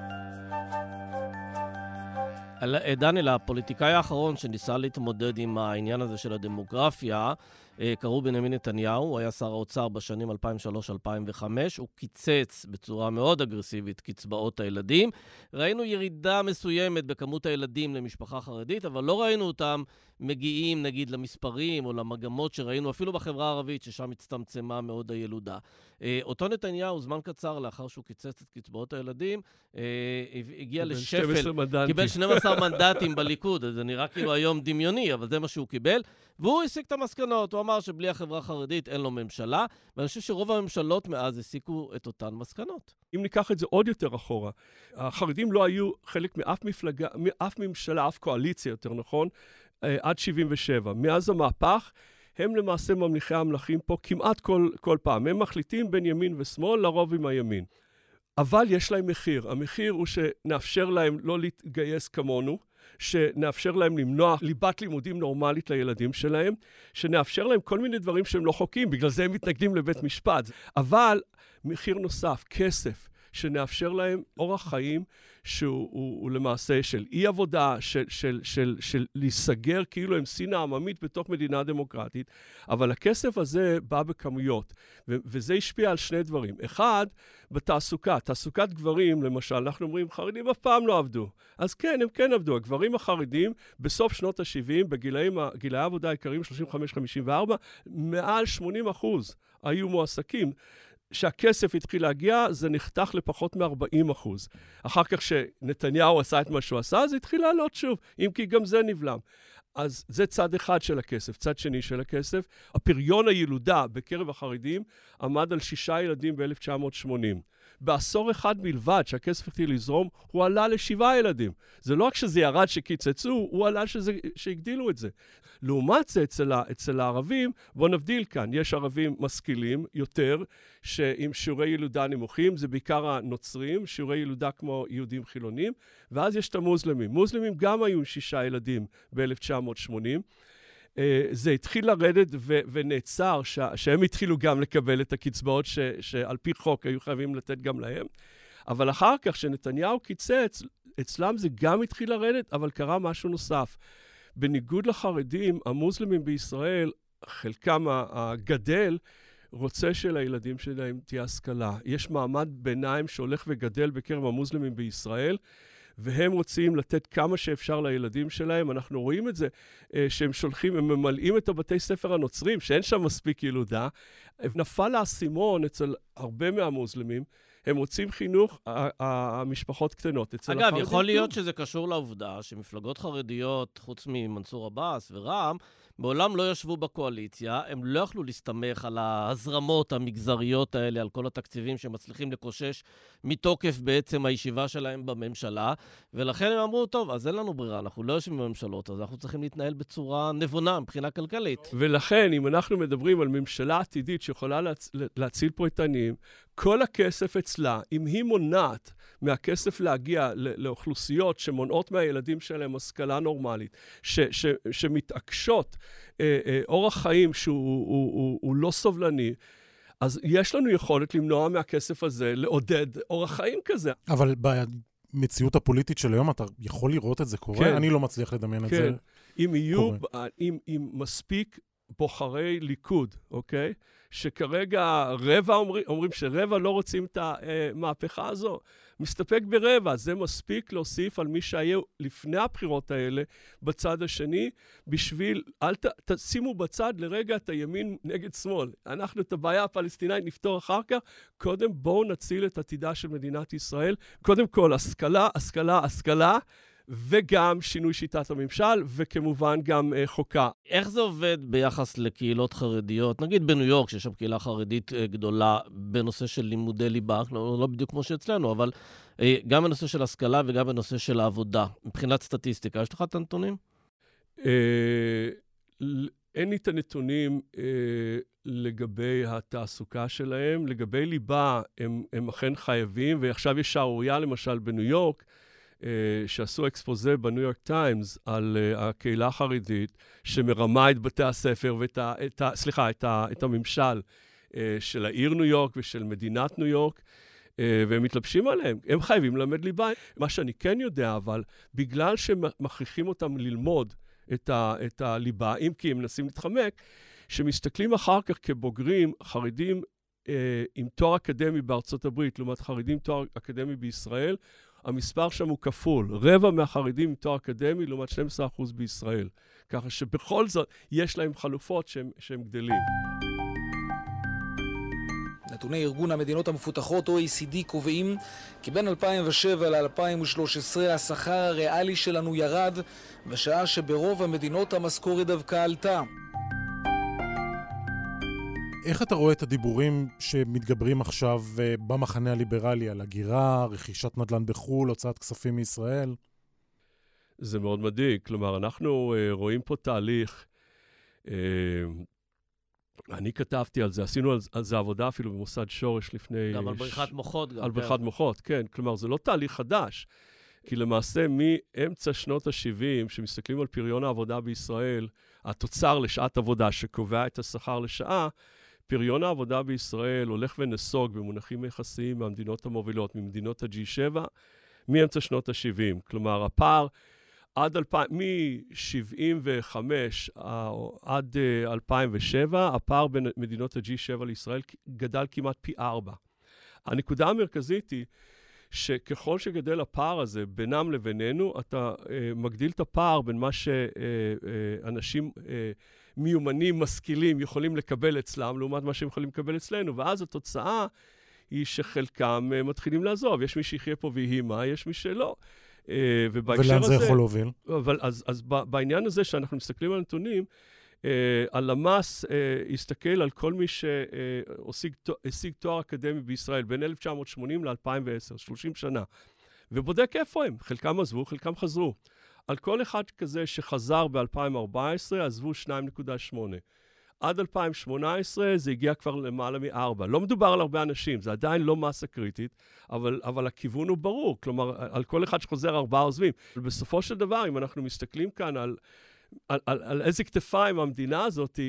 דניאל, הפוליטיקאי האחרון שניסה להתמודד עם העניין הזה של הדמוגרפיה, קראו בנימין נתניהו, הוא היה שר האוצר בשנים 2003-2005, הוא קיצץ בצורה מאוד אגרסיבית קצבאות הילדים. ראינו ירידה מסוימת בכמות הילדים למשפחה חרדית, אבל לא ראינו אותם מגיעים נגיד למספרים או למגמות שראינו אפילו בחברה הערבית, ששם הצטמצמה מאוד הילודה. אותו נתניהו, זמן קצר לאחר שהוא קיצץ את קצבאות הילדים, הגיע לשפל, קיבל 12 מנדטים בליכוד, זה נראה כאילו היום דמיוני, אבל זה מה שהוא קיבל, והוא הסיק את המסקנות, הוא אמר שבלי החברה החרדית אין לו ממשלה, ואני חושב שרוב הממשלות מאז הסיקו את אותן מסקנות. אם ניקח את זה עוד יותר אחורה, החרדים לא היו חלק מאף מפלגה, מאף ממשלה, אף קואליציה יותר נכון, עד 77. מאז המהפך, הם למעשה ממליכי המלכים פה כמעט כל פעם. הם מחליטים בין ימין ושמאל, לרוב עם הימין. אבל יש להם מחיר. המחיר הוא שנאפשר להם לא להתגייס כמונו, שנאפשר להם למנוע ליבת לימודים נורמלית לילדים שלהם, שנאפשר להם כל מיני דברים שהם לא חוקים, בגלל זה הם מתנגדים לבית משפט. אבל מחיר נוסף, כסף, שנאפשר להם אורח חיים שהוא למעשה של אי עבודה, של להיסגר כאילו הם סין העממית בתוך מדינה דמוקרטית, אבל הכסף הזה בא בכמויות, וזה השפיע על 2 דברים. אחד, בתעסוקה, תעסוקת גברים, למשל, אנחנו אומרים, חרדים אף פעם לא עבדו. אז כן, הם כן עבדו. הגברים החרדים, בסוף שנות ה-70, בגילאי העבודה העיקריים, 35-54, מעל 80% היו מועסקים. שהכסף התחיל להגיע, זה נחתך לפחות מ-40%. אחר כך שנתניהו עשה את מה שהוא עשה, זה התחיל לעלות שוב, אם כי גם זה נבלם. אז זה צד אחד של הכסף. צד שני של הכסף, הפריון הילודה בקרב החרדים עמד על 6 ילדים ב-1980. בעשור אחד בלבד שהכסף התחיל לזרום, הוא עלה ל7 ילדים. זה לא רק שזה ירד שקיצצו, הוא עלה שהגדילו את זה. לעומת זה, אצל הערבים, בוא נבדיל כאן, יש ערבים משכילים יותר, שעם שיעורי ילודה נמוכים, זה בעיקר הנוצרים, שיעורי ילודה כמו יהודים חילונים, ואז יש את המוסלמים. מוסלמים גם היו 6 ילדים ב-1980, זה התחיל לרדת ונעצר, שהם התחילו גם לקבל את הקצבאות שעל פי חוק היו חייבים לתת גם להם. אבל אחר כך שנתניהו קיצץ, אצלם זה גם התחיל לרדת, אבל קרה משהו נוסף. בניגוד לחרדים, המוסלמים בישראל, חלקם הגדל, רוצה שלילדים שלהם תהיה השכלה. יש מעמד ביניים שהולך וגדל בקרב המוסלמים בישראל, והם רוצים לתת כמה שאפשר לילדים שלהם. אנחנו רואים את זה שהם שולחים, הם ממלאים את הבתי ספר הנוצרים, שאין שם מספיק ילודה. נפל האסימון אצל הרבה מהמוסלמים, הם רוצים חינוך, המשפחות קטנות. אגב, יכול להיות שזה קשור לעובדה שמפלגות חרדיות, חוץ ממנסור עבאס ורע"מ, מעולם לא ישבו בקואליציה, הם לא יכלו להסתמך על ההזרמות המגזריות האלה, על כל התקציבים שמצליחים לקושש מתוקף בעצם הישיבה שלהם בממשלה, ולכן הם אמרו, טוב, אז אין לנו ברירה, אנחנו לא יושבים בממשלות, אז אנחנו צריכים להתנהל בצורה נבונה מבחינה כלכלית. ולכן, אם אנחנו מדברים על ממשלה עתידית שיכולה להציל פה את העניים, כל הכסף אצלה, אם היא מונעת מהכסף להגיע לאוכלוסיות שמונעות מהילדים שלהם השכלה נורמלית, שמתעקשות אורח חיים שהוא לא סובלני, אז יש לנו יכולת למנוע מהכסף הזה לעודד אורח חיים כזה. אבל במציאות הפוליטית של היום אתה יכול לראות את זה קורה? כן. אני לא מצליח לדמיין את זה. אם יהיו, אם מספיק בוחרי ליכוד, אוקיי? שכרגע אומרים שרבע לא רוצים את המהפכה הזו. מסתפק ברבע, זה מספיק להוסיף על מי שהיו לפני הבחירות האלה בצד השני, בשביל, תשימו בצד לרגע את הימין נגד שמאל. אנחנו את הבעיה הפלסטינאית נפתור אחר כך, קודם בואו נציל את עתידה של מדינת ישראל. קודם כל, השכלה, וגם שינוי שיטת הממשל, וכמובן גם חוקה. איך זה עובד ביחס לקהילות חרדיות? נגיד בניו יורק, שיש שם קהילה חרדית גדולה בנושא של לימודי ליבה, לא בדיוק כמו שאצלנו, אבל גם בנושא של השכלה וגם בנושא של העבודה. מבחינת סטטיסטיקה, יש לך את הנתונים? אין לי את הנתונים לגבי התעסוקה שלהם. לגבי ליבה, הם אכן חייבים, ועכשיו יש שערוריה למשל בניו יורק, שעשו אקספוזה בניו יורק טיימס על הקהילה החרדית, שמרמה את בתי הספר את הממשל של העיר ניו יורק ושל מדינת ניו יורק, והם מתלבשים עליהם. הם חייבים ללמד ליבה. מה שאני כן יודע, אבל בגלל שמכריחים אותם ללמוד את הליבה, אם כי הם מנסים להתחמק, שמסתכלים אחר כך כבוגרים חרדים עם תואר אקדמי בארצות הברית, לעומת חרדים עם תואר אקדמי בישראל, המספר שם הוא כפול. רבע מהחרדים עם תואר אקדמי, לעומת 12% בישראל. ככה שבכל זאת יש להם חלופות שהם גדלים. נתוני ארגון המדינות המפותחות OECD קובעים כי בין 2007 ל-2013 השכר הריאלי שלנו ירד, בשעה שברוב המדינות המשכורת דווקא עלתה. איך אתה רואה את הדיבורים שמתגברים עכשיו במחנה הליברלי על הגירה, רכישת נדל"ן בחו"ל, הוצאת כספים מישראל? זה מאוד מדאיג. כלומר, אנחנו רואים פה תהליך, אני כתבתי על זה, עשינו על זה עבודה אפילו במוסד שורש לפני... גם על בריחת מוחות. על בריחת מוחות, כן. כלומר, זה לא תהליך חדש. כי למעשה מאמצע שנות ה-70, שמסתכלים על פריון העבודה בישראל, התוצר לשעת עבודה שקובע את השכר לשעה, פריון העבודה בישראל הולך ונסוג במונחים יחסיים מהמדינות המובילות, ממדינות ה-G7, מאמצע שנות ה-70. כלומר, הפער עד מ-75 עד 2007, הפער בין מדינות ה-G7 לישראל גדל כמעט פי 4. הנקודה המרכזית היא שככל שגדל הפער הזה בינם לבינינו, אתה מגדיל את הפער בין מה שאנשים מיומנים, משכילים, יכולים לקבל אצלם, לעומת מה שהם יכולים לקבל אצלנו. ואז התוצאה היא שחלקם מתחילים לעזוב. יש מי שיחיה פה ויהי מה, יש מי שלא. ולאן זה יכול להוביל? אבל אז בעניין הזה שאנחנו מסתכלים על נתונים, הלמ"ס הסתכל על כל מי שהשיג תואר אקדמי בישראל בין 1980 ל-2010, 30 שנה, ובודק איפה הם. חלקם עזבו, חלקם חזרו. על כל אחד כזה שחזר ב-2014, עזבו 2.8. עד 2018 זה הגיע כבר למעלה מ-4. לא מדובר על הרבה אנשים, זה עדיין לא מסה קריטית, אבל הכיוון הוא ברור. כלומר, על כל אחד שחוזר 4 עוזבים. בסופו של דבר, אם אנחנו מסתכלים כאן על איזה כתפיים המדינה הזאת,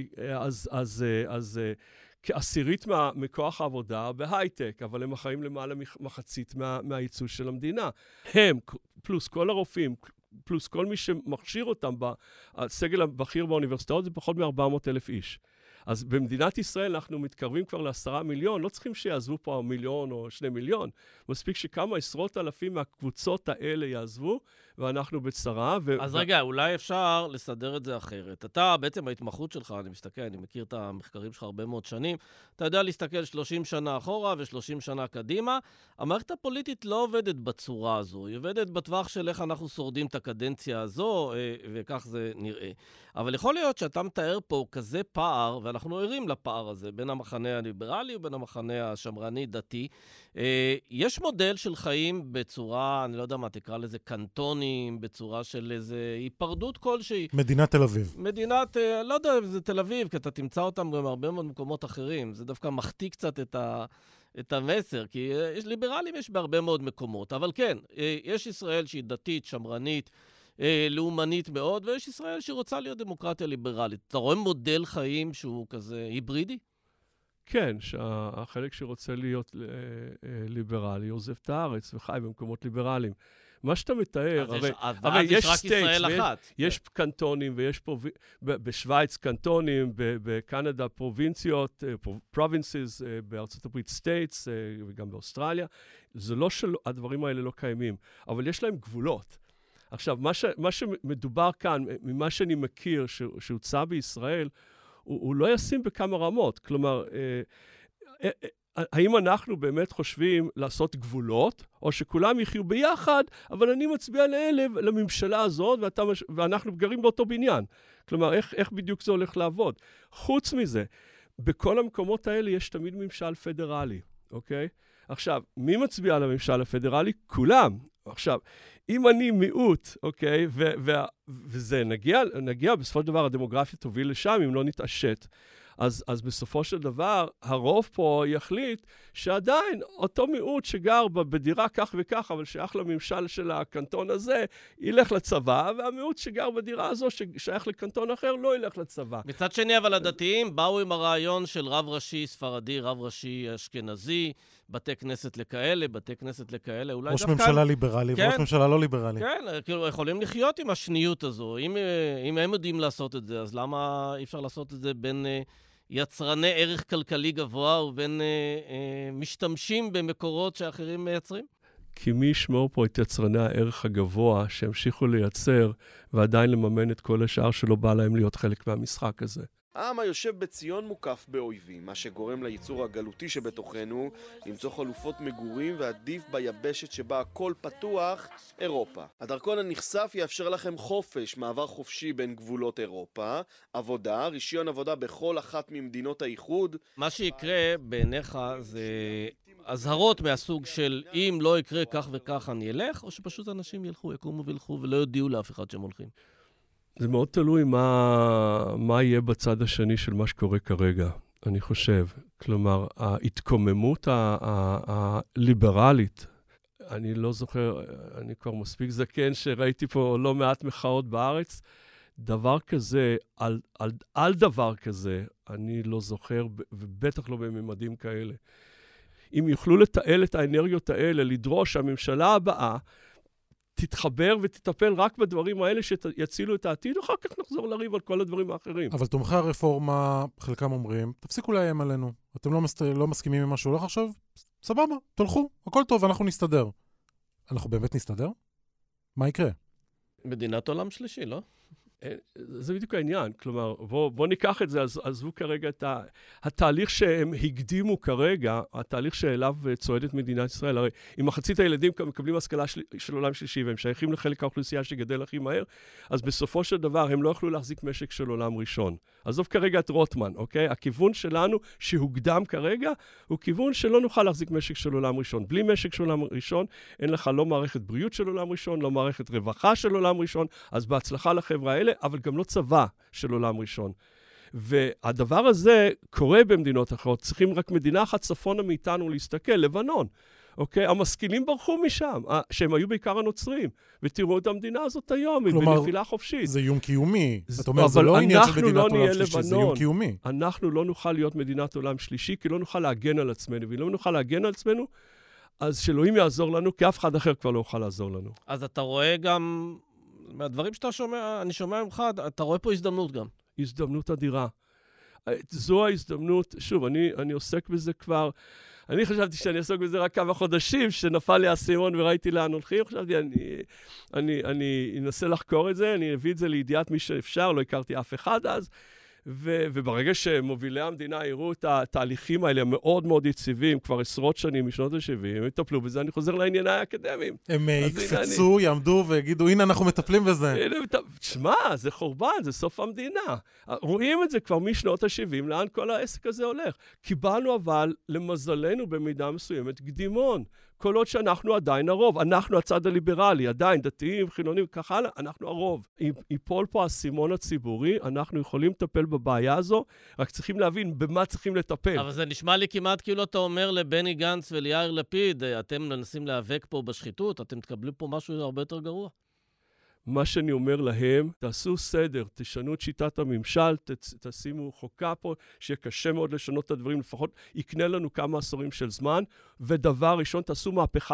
אז כעשירית מכוח העבודה בהייטק, אבל הם אחראים למעלה מחצית מהייצוא של המדינה. הם, פלוס כל הרופאים, פלוס כל מי שמכשיר אותם, הסגל הבכיר באוניברסיטאות זה פחות מ-400,000 איש. אז במדינת ישראל אנחנו מתקרבים כבר ל10 מיליון, לא צריכים שיעזבו פה 1 מיליון או 2 מיליון. מספיק שכמה עשרות אלפים מהקבוצות האלה יעזבו, ואנחנו בצרה. אז רגע, אולי אפשר לסדר את זה אחרת. אתה, בעצם ההתמחות שלך, אני מסתכל, אני מכיר את המחקרים שלך הרבה מאוד שנים, אתה יודע להסתכל 30 שנה אחורה ו30 שנה קדימה. המערכת הפוליטית לא עובדת בצורה הזו, היא עובדת בטווח של איך אנחנו שורדים את הקדנציה הזו, וכך זה נראה. אבל יכול להיות שאתה מתאר פה כזה פער, ואנחנו ערים לפער הזה, בין המחנה הליברלי ובין המחנה השמרני-דתי. יש מודל של חיים בצורה, אני לא יודע מה תקרא לזה, קנטונים, בצורה של איזה היפרדות כלשהי. מדינת תל אביב. מדינת, לא יודע אם זה תל אביב, כי אתה תמצא אותם גם הרבה מאוד מקומות אחרים. זה דווקא מחטיא קצת את המסר, כי ליברלים יש בהרבה מאוד מקומות. אבל כן, יש ישראל שהיא דתית, שמרנית, לאומנית מאוד, ויש ישראל שרוצה להיות דמוקרטיה ליברלית. אתה רואה מודל חיים שהוא כזה היברידי? כן, שהחלק שרוצה להיות ליברלי עוזב את הארץ וחי במקומות ליברליים. מה שאתה מתאר, הרי יש סטייטס, יש קנטונים, ויש פה בשוויץ קנטונים, בקנדה פרובינציות, פרובינסיס, בארצות הברית סטייטס, וגם באוסטרליה. זה לא שהדברים האלה לא קיימים, אבל יש להם גבולות. עכשיו, מה שמדובר כאן, ממה שאני מכיר שהוצא בישראל, הוא לא ישים בכמה רמות. כלומר, האם אנחנו באמת חושבים לעשות גבולות, או שכולם יחיו ביחד, אבל אני מצביע לממשלה הזאת, ואנחנו גרים באותו בניין. כלומר, איך בדיוק זה הולך לעבוד? חוץ מזה, בכל המקומות האלה יש תמיד ממשל פדרלי, אוקיי? עכשיו, מי מצביע על הממשל הפדרלי? כולם. עכשיו, אם אני מיעוט, אוקיי, וזה נגיע בסופו של דבר, הדמוגרפיה תוביל לשם, אם לא נתעשת. אז בסופו של דבר, הרוב פה יחליט שעדיין אותו מיעוט שגר בדירה כך וכך, אבל שייך לממשל של הקנטון הזה, ילך לצבא, והמיעוט שגר בדירה הזו, ששייך לקנטון אחר, לא ילך לצבא. מצד שני, אבל הדתיים באו עם הרעיון של רב ראשי ספרדי, רב ראשי אשכנזי, בתי כנסת לכאלה, בתי כנסת לכאלה. ראש ממשלה ליברלי וראש ממשלה לא ליברלי. כן, כאילו יכולים לחיות עם השניות הזו. אם הם יודעים לעשות את זה, אז למה אי אפשר לעשות את זה בין יצרני ערך כלכלי גבוה ובין משתמשים במקורות שאחרים מייצרים? כי מי ישמור פה את יצרני הערך הגבוה שהמשיכו לייצר ועדיין לממן את כל השאר שלא בא להם להיות חלק מהמשחק הזה? העם היושב בציון מוקף באויבים, מה שגורם ליצור הגלותי שבתוכנו למצוא חלופות מגורים ועדיף ביבשת שבה הכל פתוח, אירופה. הדרכון הנחשף יאפשר לכם חופש, מעבר חופשי בין גבולות אירופה, עבודה, רישיון עבודה בכל אחת ממדינות האיחוד. מה שיקרה בעיניך זה הזהרות מהסוג של אם לא יקרה כך וכך אני אלך, או שפשוט אנשים ילכו, יקומו וילכו ולא יודיעו לאף אחד שהם הולכים. זה מאוד תלוי מה יהיה בצד השני של מה שקורה כרגע, אני חושב. כלומר, ההתקוממות הליברלית, אני לא זוכר, אני כבר מספיק זקן שראיתי פה לא מעט מחאות בארץ, דבר כזה, על דבר כזה, אני לא זוכר, ובטח לא בממדים כאלה. אם יוכלו לתעל את האנרגיות האלה, לדרוש שהממשלה הבאה, תתחבר ותטפל רק בדברים האלה שיצילו את העתיד, אחר כך נחזור לריב על כל הדברים האחרים. אבל תומכי הרפורמה, חלקם אומרים, תפסיקו לאיים עלינו. אתם לא מסכימים עם מה שהולך עכשיו? סבבה, תלכו, הכל טוב, אנחנו נסתדר. אנחנו באמת נסתדר? מה יקרה? מדינת עולם שלישי, לא? זה בדיוק העניין. כלומר, בוא ניקח את זה, אז עזבו כרגע את התהליך שהם הקדימו כרגע, התהליך שאליו צועדת מדינת ישראל. הרי אם מחצית הילדים מקבלים השכלה של עולם שלישי, והם שייכים לחלק האוכלוסייה שגדל הכי מהר, אז בסופו של דבר הם לא יוכלו להחזיק משק של עולם ראשון. עזוב כרגע את רוטמן, אוקיי? הכיוון שלנו שהוקדם כרגע, הוא כיוון שלא נוכל להחזיק משק של עולם ראשון. בלי משק של עולם ראשון, אין לך לא מערכת בריאות של עולם ראשון, לא מערכת רווחה של עולם ראשון, אז בהצלחה לחברה האלה, אבל גם לא צבא של עולם ראשון. והדבר הזה קורה במדינות אחרות. צריכים רק מדינה אחת צפונה מאיתנו להסתכל, לבנון. אוקיי? המשכילים ברחו משם, שהם היו בעיקר הנוצרים. ותראו את המדינה הזאת היום, היא בנפילה חופשית. זה איום קיומי. זאת אומרת, זה לא עניין של מדינת עולם שלישי, זה איום קיומי. אנחנו לא נוכל להיות מדינת עולם שלישי, כי לא נוכל להגן על עצמנו. ואם לא נוכל להגן על עצמנו, אז שאלוהים יעזור לנו, כי אף אחד אחר כבר לא יוכל לעזור לנו. אז אתה רואה גם, מהדברים שאתה שומע, אני שומע ממך, אתה רואה פה הזדמנות גם. הזדמנות אדירה. זו ההזדמנות, שוב, אני עוסק בזה כבר, אני חשבתי שאני אעסוק בזה רק כמה חודשים, שנפל לי האסימון וראיתי לאן הולכים, חשבתי, אני אנסה לחקור את זה, אני אביא את זה לידיעת מי שאפשר, לא הכרתי אף אחד אז, וברגע שמובילי המדינה יראו את התהליכים האלה המאוד מאוד יציבים, כבר עשרות שנים משנות ה-70, הם יטפלו בזה, אני חוזר לענייני האקדמיים. הם יקפצו, יעמדו ויגידו, הנה אנחנו מטפלים בזה. תשמע, זה חורבן, זה סוף המדינה. רואים את זה כבר משנות ה-70, לאן כל העסק הזה הולך. קיבלנו אבל, למזלנו במידה מסוימת, קדימון. כל עוד שאנחנו עדיין הרוב, אנחנו הצד הליברלי, עדיין דתיים, חילונים, ככה הלאה, אנחנו הרוב. אם ייפול פה הסימון הציבורי, אנחנו יכולים לטפל בבעיה הזו, רק צריכים להבין במה צריכים לטפל. אבל זה נשמע לי כמעט כאילו אתה אומר לבני גנץ וליאיר לפיד, אתם מנסים להיאבק פה בשחיתות, אתם תקבלו פה משהו הרבה יותר גרוע. מה שאני אומר להם, תעשו סדר, תשנו את שיטת הממשל, תשימו חוקה פה, שיהיה קשה מאוד לשנות את הדברים, לפחות יקנה לנו כמה עשורים של זמן, ודבר ראשון, תעשו מהפכה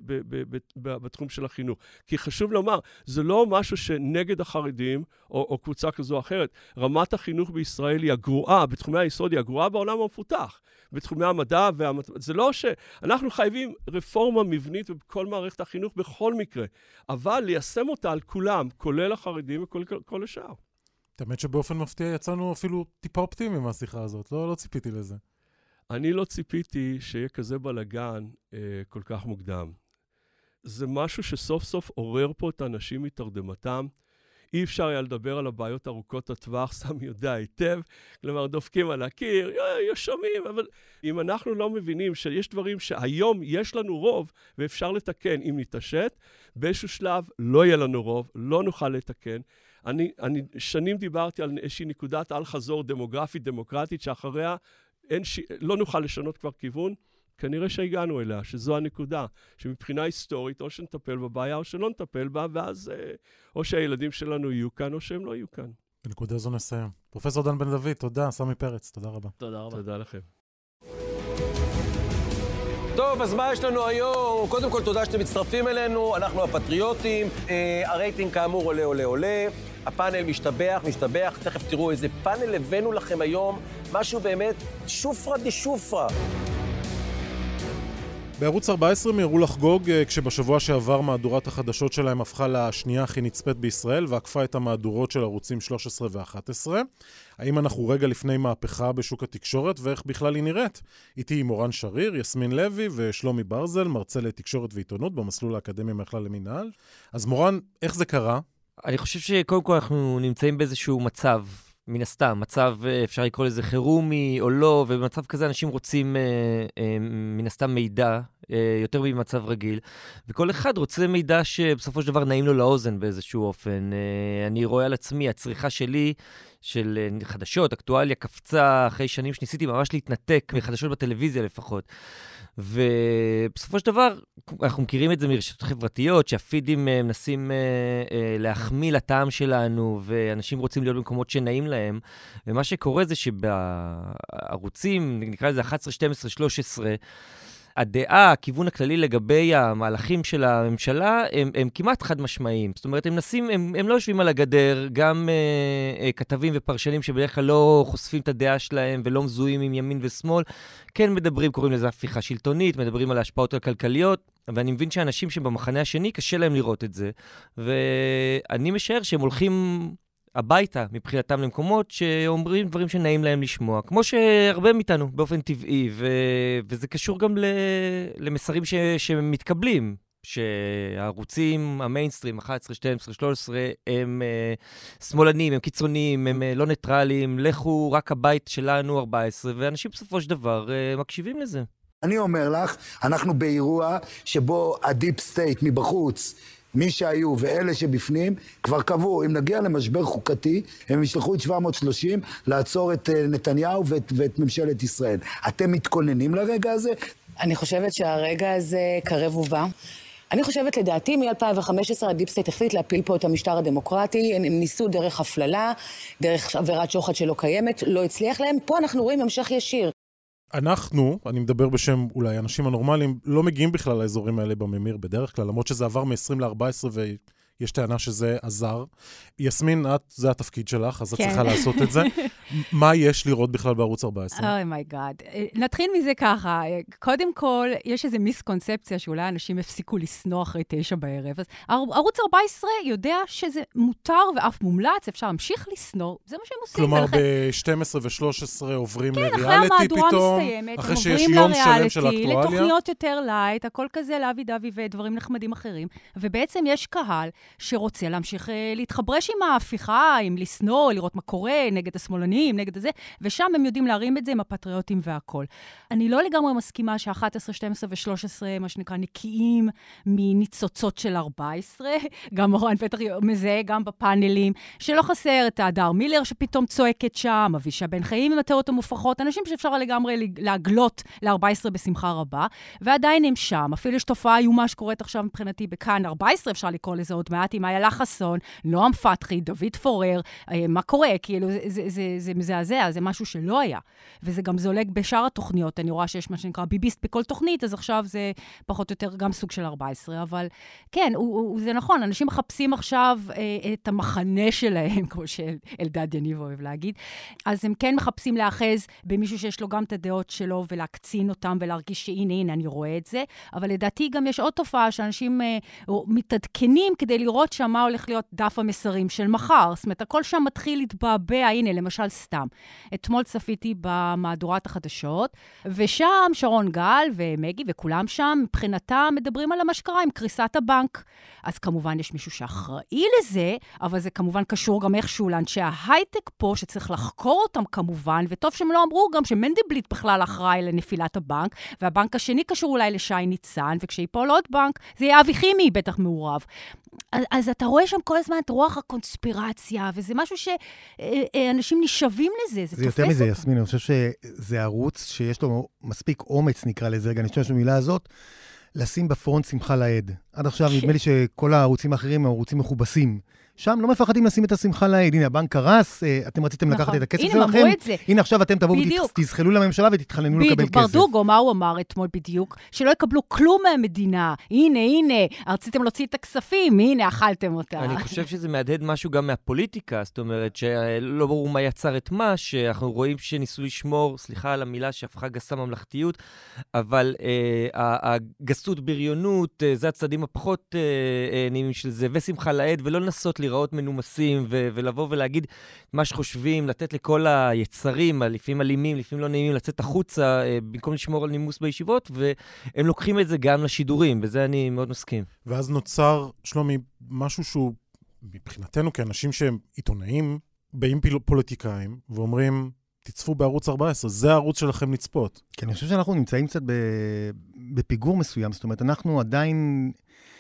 בתחום של החינוך. כי חשוב לומר, זה לא משהו שנגד החרדים, או קבוצה כזו או אחרת. רמת החינוך בישראל היא הגרועה, בתחומי היסוד היא הגרועה בעולם המפותח. בתחומי המדע זה לא שאנחנו חייבים רפורמה מבנית בכל מערכת החינוך בכל מקרה, אבל ליישם אותה על כולם, כולל החרדים וכל השאר. האמת שבאופן מפתיע יצאנו אפילו טיפה אופטימי מהשיחה הזאת, לא ציפיתי לזה. אני לא ציפיתי שיהיה כזה בלגן כל כך מוקדם. זה משהו שסוף סוף עורר פה את האנשים מתרדמתם, אי אפשר היה לדבר על הבעיות ארוכות הטווח, סמי יודע היטב, כלומר דופקים על הקיר, שומעים, אבל אם אנחנו לא מבינים שיש דברים שהיום יש לנו רוב ואפשר לתקן אם נתעשת, באיזשהו שלב לא יהיה לנו רוב, לא נוכל לתקן. אני שנים דיברתי על איזושהי נקודת על חזור דמוגרפית, דמוקרטית, שאחריה לא נוכל לשנות כבר כיוון, כנראה שהגענו אליה, שזו הנקודה, שמבחינה היסטורית, או שנטפל בבעיה, או שלא נטפל בה, ואז או שהילדים שלנו יהיו כאן, או שהם לא יהיו כאן. בנקודה זו נסיים. פרופסור דן בן דוד, תודה. סמי פרץ, תודה רבה. תודה רבה. תודה לכם. טוב, אז מה יש לנו היום? קודם כל, תודה שאתם מצטרפים אלינו, אנחנו הפטריוטים, הרייטינג כאמור עולה. הפאנל משתבח, תכף תראו איזה פאנל הבאנו לכם היום, משהו באמת שופרה דשופרה. בערוץ 14 מיהרו לחגוג כשבשבוע שעבר מהדורת החדשות שלהם הפכה לשנייה הכי נצפית בישראל ועקפה את המהדורות של ערוצים 13 ו-11. האם אנחנו רגע לפני מהפכה בשוק התקשורת ואיך בכלל היא נראית? איתי מורן שריר, יסמין לוי ושלומי ברזל, מרצה לתקשורת ועיתונות במסלול האקדמי מהכלל למינהל. אז מורן, איך זה קרה? אני חושב שקודם כל אנחנו נמצאים באיזשהו מצב, מן הסתם, מצב, אפשר לקרוא לזה חירומי או לא, ובמצב כזה אנשים רוצים מן הסתם מידע, יותר ממצב רגיל, וכל אחד רוצה מידע שבסופו של דבר נעים לו לאוזן באיזשהו אופן. אני רואה על עצמי, הצריכה שלי של חדשות, אקטואליה, קפצה אחרי שנים שניסיתי ממש להתנתק מחדשות בטלוויזיה לפחות. ובסופו של דבר, אנחנו מכירים את זה מרשתות חברתיות, שהפידים מנסים להחמיא לטעם שלנו, ואנשים רוצים להיות במקומות שנעים להם, ומה שקורה זה שבערוצים, נקרא לזה 11, 12, 13, הדעה, הכיוון הכללי לגבי המהלכים של הממשלה, הם כמעט חד משמעיים. זאת אומרת, הם לא יושבים על הגדר, גם כתבים ופרשנים שבדרך כלל לא חושפים את הדעה שלהם ולא מזוהים עם ימין ושמאל, כן מדברים, קוראים לזה הפיכה שלטונית, מדברים על ההשפעות הכלכליות, ואני מבין שאנשים שבמחנה השני קשה להם לראות את זה, ואני משער שהם הולכים הביתה מבחינתם למקומות שאומרים דברים שנעים להם לשמוע, כמו שהרבה מאיתנו באופן טבעי, וזה קשור גם למסרים שמתקבלים, שהערוצים, המיינסטרים, 11, 12, 13, הם שמאלנים, הם קיצוניים, הם לא ניטרליים, לכו רק הבית שלנו 14, ואנשים בסופו של דבר מקשיבים לזה. אני אומר לך, אנחנו באירוע שבו הדיפ סטייט מבחוץ, מי שהיו ואלה שבפנים, כבר קבעו, אם נגיע למשבר חוקתי, הם ישלחו את 730 לעצור את נתניהו ואת ממשלת ישראל. אתם מתכוננים לרגע הזה? אני חושבת שהרגע הזה קרב ובא. אני חושבת, לדעתי, מ-2015 הדיפ סטייט החליט להפיל פה את המשטר הדמוקרטי, הם ניסו דרך הפללה, דרך עבירת שוחד שלא קיימת, לא הצליח להם, פה אנחנו רואים המשך ישיר. אנחנו, אני מדבר בשם אולי אנשים הנורמליים, לא מגיעים בכלל לאזורים האלה בממיר בדרך כלל, למרות שזה עבר מ-20 ל-14 ויש טענה שזה עזר. יסמין, זה התפקיד שלך, אז את צריכה לעשות את זה. מה יש לראות בכלל בערוץ 14? אוי מי גאד. נתחיל מזה ככה. קודם כל, יש איזו מיסקונספציה שאולי אנשים הפסיקו לסנוע אחרי 9 בערב. אז ערוץ 14 יודע שזה מותר ואף מומלץ, אפשר להמשיך לסנוע, זה מה שהם עושים. כלומר, ב-12 ו-13 עוברים לריאליטי פתאום, אחרי שיש יום שלם של אקטואליה. לתוכניות יותר לייט, הכל כזה לאבי דבי ודברים נחמדים אחרים. ובעצם יש קהל שרוצה להמשיך להתחברש עם ההפיכה, עם לסנוע, לראות מה קורה, נגד השמאלנים, נגד הזה, ושם הם יודעים להרים את זה עם הפטריוטים והכל. אני לא לגמרי מסכימה ש-11, 12 ו-13, מה שנקרא, נקיים מניצוצות של 14, גם מורן פטר מזה, גם בפאנלים, שלא חסר את הדר מילר שפתאום צועקת שם, אבישע בן חיים עם התיאוריות המופרכות, אנשים שאפשר לגמרי להגלות ל-14 בשמחה רבה, ועדיין הם שם. אפילו יש תופעה איומה שקורית עכשיו מבחינתי בכאן 14, אפשר לקרוא לזה עוד מעט, עם איילה חסון, נועם פתחי, דוד פורר, מה קורה? כאילו, זה מזעזע, זה משהו שלא היה. וזה גם זולג בשאר התוכניות. אני רואה שיש מה שנקרא ביביסט בכל תוכנית, אז עכשיו זה פחות או יותר גם סוג של 14. אבל כן, זה נכון, אנשים מחפשים עכשיו את המחנה שלהם, כמו שאלדד יניב אוהב להגיד. אז הם כן מחפשים לאחז במישהו שיש לו גם את הדעות שלו, ולהקצין אותם, ולהרגיש שהנה, אני רואה את זה. אבל לדעתי גם יש עוד תופעה שאנשים מתעדכנים כדי לראות שם מה הולך להיות דף המסרים של מחר. זאת אומרת, הכל שם מתחיל להתבעבע, הנה, למשל סתם. אתמול צפיתי במהדורת החדשות, ושם שרון גל ומגי וכולם שם, מבחינתם מדברים על המשקרה עם קריסת הבנק. אז כמובן יש מישהו שאחראי לזה, אבל זה כמובן קשור גם איכשהו לאנשי ההייטק פה, שצריך לחקור אותם כמובן, וטוב שהם לא אמרו גם שמנדלבליט בכלל אחראי לנפילת הבנק, והבנק השני קשור אולי לשי ניצן, וכשיפול עוד בנק, זה יהיה אבי חימי בטח מעורב. אז אתה רואה שם כל הזמן את רוח הקונספירציה, וזה משהו שאנשים נשאבים לזה, זה תופס אותם. זה יותר מזה, יסמין, אני חושב שזה ערוץ שיש לו מספיק אומץ, נקרא לזה, רגע, אני חושב במילה הזאת, לשים בפרונט שמחה לעד. עד עכשיו נדמה לי שכל הערוצים האחרים הם ערוצים מכובסים. שם לא מפחדים לשים את השמחה לעד. הנה, הבנק קרס, אתם רציתם לקחת את הכסף שלכם. הנה, עכשיו אתם תבואו ותזחלו לממשלה ותתחננו לקבל כסף. ברדוגו, מה הוא אמר אתמול בדיוק? שלא יקבלו כלום מהמדינה. הנה, רציתם להוציא את הכספים, הנה, אכלתם אותה. אני חושב שזה מהדהד משהו גם מהפוליטיקה, זאת אומרת, שלא ברור מה יצר את מה, שאנחנו רואים שניסו לשמור, סליחה על המילה שהפכה גסה ממלכתיות, אבל הגסות, בריונות, זה הצעדים הפחות נעימים של זה, ושמחה לעד, ולא לנסות לראות מנומסים, ולבוא ולהגיד מה שחושבים, לתת לכל היצרים, לפעמים אלימים, לפעמים לא נעימים, לצאת החוצה, במקום לשמור על נימוס בישיבות, והם לוקחים את זה גם לשידורים, וזה אני מאוד מסכים. ואז נוצר, שלומי, משהו שהוא, מבחינתנו כאנשים שהם עיתונאים, באים פוליטיקאים, ואומרים, תצפו בערוץ 14, זה הערוץ שלכם לצפות. כן, אני חושב שאנחנו נמצאים קצת בפיגור מסוים, זאת אומרת, אנחנו עדיין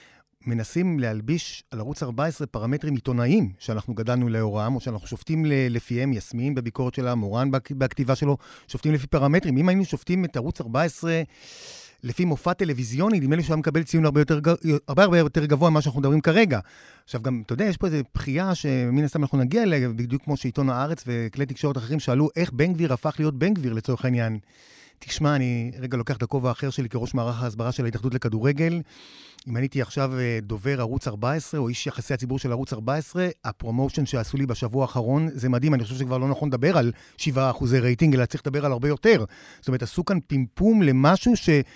מנסים להלביש על ערוץ 14 פרמטרים עיתונאיים שאנחנו גדלנו לאורם, או שאנחנו שופטים לפיהם, יסמין בביקורת שלה, מורן בכתיבה שלו, שופטים לפי פרמטרים. אם היינו שופטים את ערוץ 14 לפי מופע טלוויזיוני, נדמה לי שהוא מקבל ציון הרבה יותר גבוה ממה שאנחנו מדברים כרגע. עכשיו גם, אתה יודע, יש פה איזו בחייה שמן הסתם אנחנו נגיע אליה, בדיוק כמו שעיתון הארץ וכלי תקשורת אחרים שאלו איך בן גביר הפך להיות בן גביר לצורך העניין. תשמע, אני רגע לוקח את הכובע האחר שלי כראש מערך ההסברה של ההתאחדות לכדורגל. אם אני הייתי עכשיו דובר ערוץ 14, או איש יחסי הציבור של ערוץ 14, הפרומושן שעשו לי בשבוע האחרון, זה מדהים, אני חושב שכבר לא נכון לדבר על 7% רייטינג, אלא צריך לדבר על הרבה יותר. זאת אומרת, עשו כאן פימפום למשהו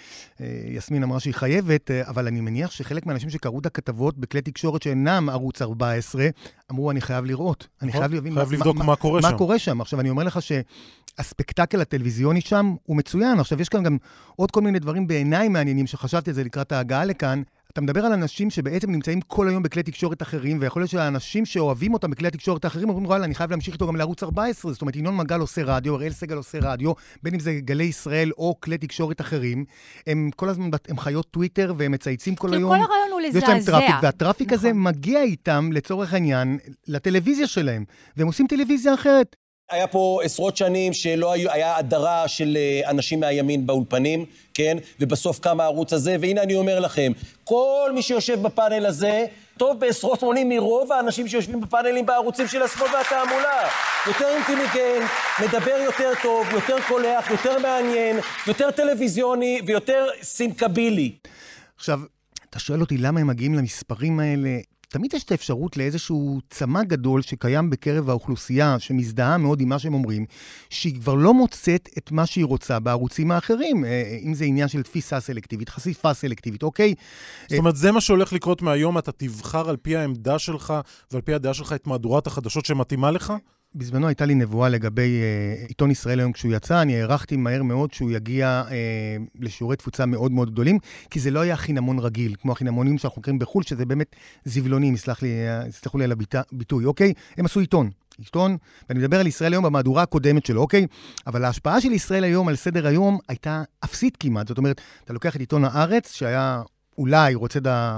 שיסמין אמרה שהיא חייבת, אבל אני מניח שחלק מהאנשים שקראו את הכתבות בכלי תקשורת שאינם ערוץ 14, אמרו, אני חייב לראות. אני חייב להבין חייב לבדוק מה קורה שם. מה קורה שם. עכשיו, אני אומר לך שהספקטקל הטלוויזיוני שם הוא מצוין. עכשיו, יש כאן גם עוד כל מיני דברים בעיניי מעניינים שחשבתי על זה לקראת ההגעה לכאן. אתה מדבר על אנשים שבעצם נמצאים כל היום בכלי תקשורת אחרים, ויכול להיות שהאנשים שאוהבים אותם בכלי התקשורת האחרים, אומרים, וואלה, אני חייב להמשיך איתו גם לערוץ 14. זאת אומרת, ינון מגל עושה רדיו, אראל סגל עושה רדיו, בין אם זה גלי ישראל או כלי תקשורת אחרים. הם כל הזמן, הם חיות טוויטר, והם מצייצים כל היום. כל הרעיון הוא לזעזע. והטראפיק הזה מגיע איתם, לצורך העניין, לטלוויזיה שלהם. והם עושים טלוויזיה אחרת. היה פה עשרות שנים שלא היה הדרה של אנשים מהימין באולפנים, כן? ובסוף קם הערוץ הזה, והנה אני אומר לכם, כל מי שיושב בפאנל הזה, טוב בעשרות מונים מרוב האנשים שיושבים בפאנלים בערוצים של השמאל והתעמולה. יותר אינטליגנט, מדבר יותר טוב, יותר קולח, יותר מעניין, יותר טלוויזיוני ויותר סינקבילי. עכשיו, אתה שואל אותי למה הם מגיעים למספרים האלה? תמיד יש את האפשרות לאיזשהו צמא גדול שקיים בקרב האוכלוסייה, שמזדהה מאוד עם מה שהם אומרים, שהיא כבר לא מוצאת את מה שהיא רוצה בערוצים האחרים, אם זה עניין של תפיסה סלקטיבית, חשיפה סלקטיבית, אוקיי? זאת אומרת, זה מה שהולך לקרות מהיום, אתה תבחר על פי העמדה שלך, ועל פי הדעה שלך את מהדורת החדשות שמתאימה לך? בזמנו הייתה לי נבואה לגבי עיתון ישראל היום כשהוא יצא, אני הערכתי מהר מאוד שהוא יגיע לשיעורי תפוצה מאוד מאוד גדולים, כי זה לא היה חינמון רגיל, כמו החינמונים שאנחנו קוראים בחול, שזה באמת זבלונים, יסלחו לי על הביטוי, אוקיי? הם עשו עיתון, ואני מדבר על ישראל היום במהדורה הקודמת שלו, אוקיי? אבל ההשפעה של ישראל היום על סדר היום הייתה אפסית כמעט, זאת אומרת, אתה לוקח את עיתון הארץ, שהיה אולי רוצה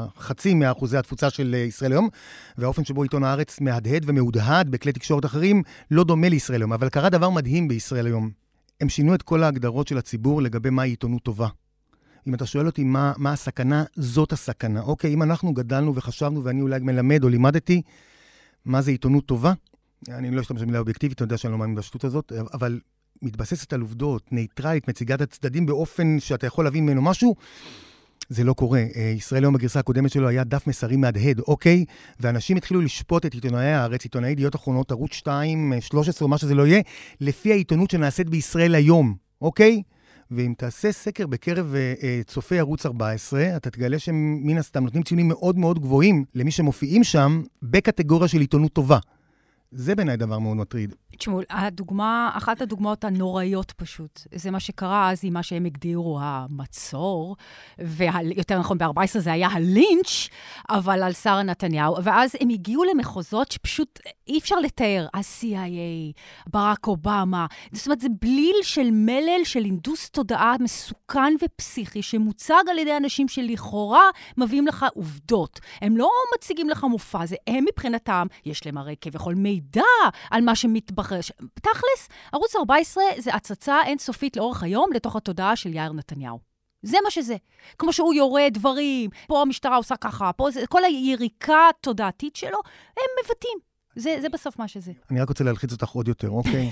0.5% התפוצה של ישראל היום, והאופן שבו עיתון הארץ מהדהד ומהודהד בכלי תקשורת אחרים לא דומה לישראל היום. אבל קרה דבר מדהים בישראל היום. הם שינו את כל ההגדרות של הציבור לגבי מהי עיתונות טובה. אם אתה שואל אותי מה הסכנה, זאת הסכנה. אוקיי, אם אנחנו גדלנו וחשבנו ואני אולי מלמד או לימדתי, מה זה עיתונות טובה? אני לא אשתמש במילה אובייקטיבית, אני יודע שאני לא מאמין בשטות הזאת, אבל מתבססת על עובדות, נייטרלית, מציגת הצדדים באופן שאתה יכול להבין ממנו משהו, זה לא קורה. ישראל היום בגרסה הקודמת שלו היה דף מסרים מהדהד, אוקיי? ואנשים התחילו לשפוט את עיתונאי הארץ, עיתונאי ידיעות אחרונות, ערוץ 2, 13 או מה שזה לא יהיה, לפי העיתונות שנעשית בישראל היום, אוקיי? ואם תעשה סקר בקרב צופי ערוץ 14, אתה תגלה שמן הסתם נותנים ציונים מאוד מאוד גבוהים למי שמופיעים שם בקטגוריה של עיתונות טובה. זה בעיניי דבר מאוד מטריד. תשמעו, אחת הדוגמאות הנוראיות פשוט, זה מה שקרה אז עם מה שהם הגדירו המצור, ויותר נכון ב-14 זה היה הלינץ', אבל על שרה נתניהו, ואז הם הגיעו למחוזות שפשוט אי אפשר לתאר, ה-CIA, ברק אובמה, זאת אומרת, זה בליל של מלל, של אינדוס תודעה מסוכן ופסיכי, שמוצג על ידי אנשים שלכאורה מביאים לך עובדות. הם לא מציגים לך מופע, זה הם מבחינתם, יש להם הרי כביכול מידע על מה שמתבחר. תכלס, ערוץ 14 זה הצצה אינסופית לאורך היום לתוך התודעה של יאיר נתניהו. זה מה שזה. כמו שהוא יורה דברים, פה המשטרה עושה ככה, פה זה, כל היריקה התודעתית שלו, הם מבטאים. זה בסוף מה שזה. אני רק רוצה להלחיץ אותך עוד יותר, אוקיי?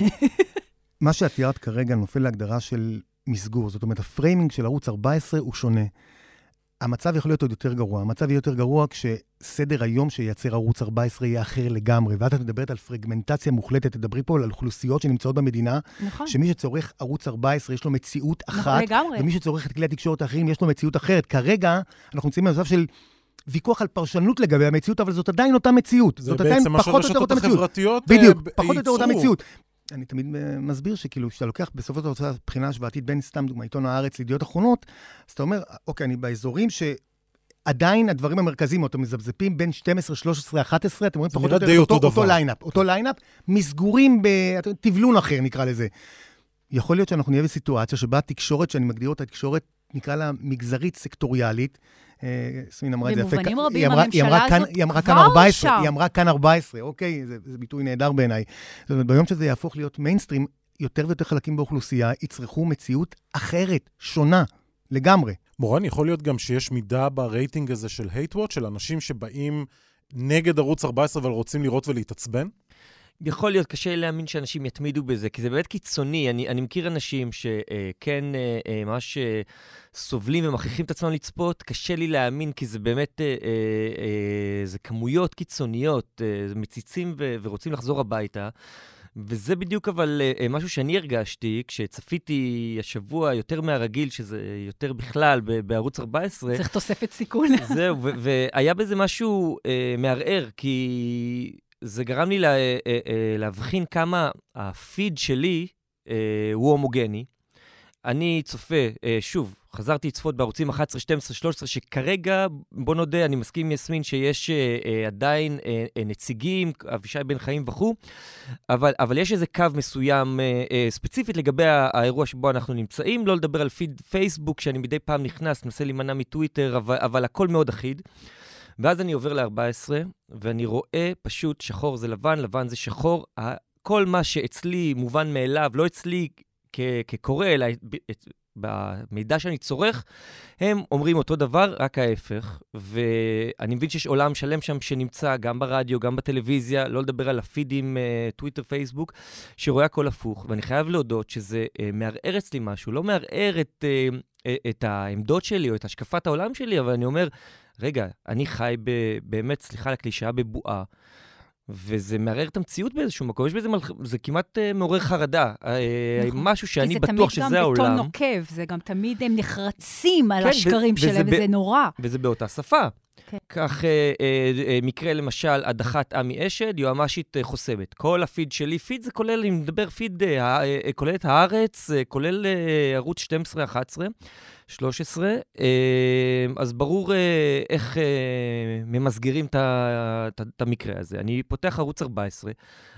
מה שאת תיארת כרגע נופל להגדרה של מסגור. זאת אומרת, הפריימינג של ערוץ 14 הוא שונה. המצב יכול להיות עוד יותר גרוע. המצב יהיה יותר גרוע כשסדר היום שייצר ערוץ 14 יהיה אחר לגמרי. ואת מדברת על פרגמנטציה מוחלטת, תדברי פה על אוכלוסיות שנמצאות במדינה, נכון. שמי שצורך ערוץ 14 יש לו מציאות אחת, לגמרי. ומי שצורך את כלי התקשורת האחרים יש לו מציאות אחרת. כרגע אנחנו נמצאים במצב של ויכוח על פרשנות לגבי המציאות, אבל זאת עדיין אותה מציאות. זה בעצם מה שהרשתות החברתיות בדיוק, פחות או יותר אותה מציאות. אני תמיד מסביר שכאילו, כשאתה לוקח בסופו של דבר בחינה השוואתית בין סתם דוגמה, עיתון הארץ לידיעות אחרונות, אז אתה אומר, אוקיי, אני באזורים שעדיין הדברים המרכזיים, אותם מזבזפים בין 12, 13, 11, אתם רואים פחות או יותר אותו ליינאפ, מסגורים בתבלון אחר, נקרא לזה. יכול להיות שאנחנו נהיה בסיטואציה שבה התקשורת, שאני מגדיר אותה תקשורת, נקרא לה מגזרית סקטוריאלית, סמין אמרה את זה יפה, היא אמרה כאן 14, אוקיי, זה ביטוי נהדר בעיניי. זאת אומרת, ביום שזה יהפוך להיות מיינסטרים, יותר ויותר חלקים באוכלוסייה יצרכו מציאות אחרת, שונה, לגמרי. מורן, יכול להיות גם שיש מידה ברייטינג הזה של hate watch, של אנשים שבאים נגד ערוץ 14 אבל רוצים לראות ולהתעצבן? יכול להיות, קשה להאמין שאנשים יתמידו בזה, כי זה באמת קיצוני. אני מכיר אנשים שכן ממש סובלים ומכריחים את עצמם לצפות. קשה לי להאמין, כי זה באמת, זה כמויות קיצוניות, מציצים ורוצים לחזור הביתה. וזה בדיוק אבל משהו שאני הרגשתי, כשצפיתי השבוע יותר מהרגיל, שזה יותר בכלל בערוץ 14. צריך תוספת סיכון. זהו, והיה בזה משהו מערער, כי זה גרם לי להבחין כמה הפיד שלי הוא הומוגני. אני צופה, שוב, חזרתי לצפות בערוצים 11, 12, 13, שכרגע, בוא נודה, אני מסכים עם יסמין שיש עדיין נציגים, אבישי בן חיים וכו', אבל יש איזה קו מסוים ספציפית לגבי האירוע שבו אנחנו נמצאים, לא לדבר על פיד פייסבוק, שאני מדי פעם נכנס, מנסה להימנע מטוויטר, אבל הכל מאוד אחיד. ואז אני עובר ל-14, ואני רואה פשוט שחור זה לבן, לבן זה שחור, כל מה שאצלי מובן מאליו, לא אצלי כקורא, אלא במידע שאני צורך, הם אומרים אותו דבר, רק ההפך. ואני מבין שיש עולם שלם שם שנמצא גם ברדיו, גם בטלוויזיה, לא לדבר על הפידים, טוויטר, פייסבוק, שרואה הכל הפוך. ואני חייב להודות שזה מערער אצלי משהו, לא מערער את העמדות שלי או את השקפת העולם שלי, אבל אני אומר, רגע, אני חי באמת, סליחה על הקלישאה, בבועה. וזה מערער את המציאות באיזשהו מקום. יש בזה, זה כמעט מעורר חרדה. משהו שאני בטוח שזה העולם. כי זה תמיד גם בטון נוקב, זה גם תמיד הם נחרצים על השקרים שלהם, וזה נורא. וזה באותה שפה. כך מקרה למשל, הדחת עמי אשד, יועמשית חוסמת. כל הפיד שלי, פיד זה כולל, אם מדבר פיד, כולל את הארץ, כולל ערוץ 12, 11, 13, אז ברור איך ממסגרים את המקרה הזה. אני פותח ערוץ 14,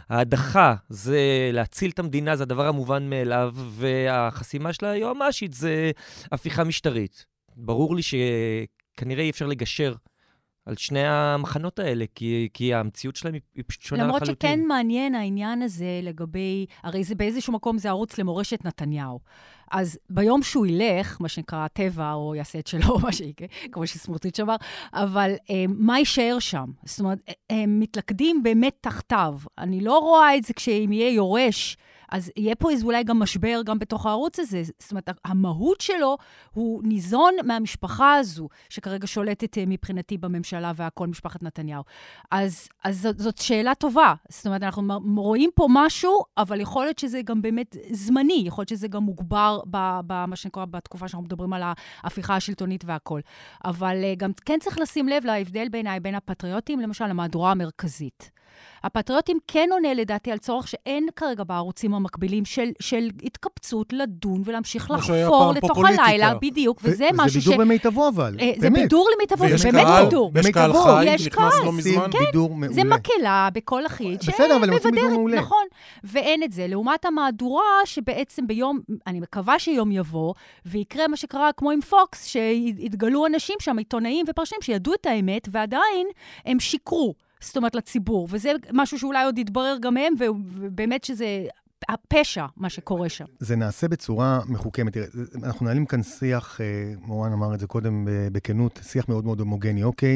ההדחה זה להציל את המדינה, זה הדבר המובן מאליו, והחסימה של היועמשית זה הפיכה משטרית. ברור לי שכנראה אי אפשר לגשר על שני המחנות האלה, כי המציאות שלהם היא פשוט שונה לחלוטין. למרות שכן מעניין העניין הזה לגבי, הרי זה באיזשהו מקום זה ערוץ למורשת נתניהו. אז ביום שהוא ילך, מה שנקרא הטבע, או יעשה את שלו, מה שיקרה, כמו שסמוטריץ' אמר, אבל מה יישאר שם? זאת אומרת, הם מתלכדים באמת תחתיו. אני לא רואה את זה כשאם יהיה יורש, אז יהיה פה אולי גם משבר גם בתוך הערוץ הזה. זאת אומרת, המהות שלו הוא ניזון מהמשפחה הזו, שכרגע שולטת מבחינתי בממשלה והכל משפחת נתניהו. אז זאת שאלה טובה. זאת אומרת, אנחנו רואים פה משהו, אבל יכול להיות שזה גם באמת זמני, יכול להיות שזה גם מוגבר במה שנקרא בתקופה שאנחנו מדברים על ההפיכה השלטונית והכל. אבל גם כן צריך לשים לב להבדל בעיניי בין הפטריוטים, למשל, למהדורה המרכזית. הפטריוטים כן עונה לדעתי על צורך שאין כרגע בערוצים המקבילים של התקבצות, לדון ולהמשיך לחפור לתוך הלילה, בדיוק, וזה משהו זה בידור במיטבו אבל, זה בידור למיטבו, זה באמת בידור. יש קהל חי, נכנס לא מזמן. זה מקהלה בכל אחיד, בסדר, אבל הם עושים בידור מעולה. נכון, ואין את זה. לעומת המהדורה שבעצם ביום, אני מקווה שיום יבוא, ויקרה מה שקרה כמו עם פוקס, שהתגלו אנשים שם, עיתונאים ופרשנים, שידעו את האמת, ועדיין הם שיקרו. זאת אומרת, לציבור, וזה משהו שאולי עוד יתברר גם מהם, ובאמת שזה הפשע, מה שקורה שם. זה נעשה בצורה מחוכמת. תראה, אנחנו נעלים כאן שיח, מורן אמר את זה קודם בכנות, שיח מאוד מאוד הומוגני, אוקיי?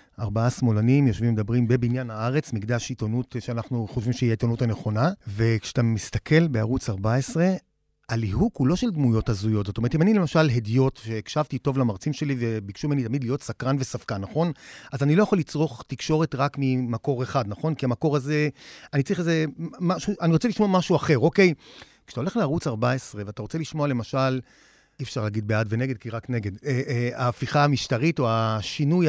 4 שמאלנים יושבים מדברים בבניין הארץ, מקדש עיתונות שאנחנו חושבים שהיא העיתונות הנכונה, וכשאתה מסתכל בערוץ 14, הליהוק הוא לא של דמויות הזויות. זאת אומרת, אם אני למשל הדיוט שהקשבתי טוב למרצים שלי וביקשו ממני תמיד להיות סקרן וספקן, נכון? אז אני לא יכול לצרוך תקשורת רק ממקור אחד, נכון? כי המקור הזה, אני צריך איזה משהו, אני רוצה לשמוע משהו אחר, אוקיי? כשאתה הולך לערוץ 14 ואתה רוצה לשמוע למשל, אי אפשר להגיד בעד ונגד, כי רק נגד, ההפיכה המשטרית או השינוי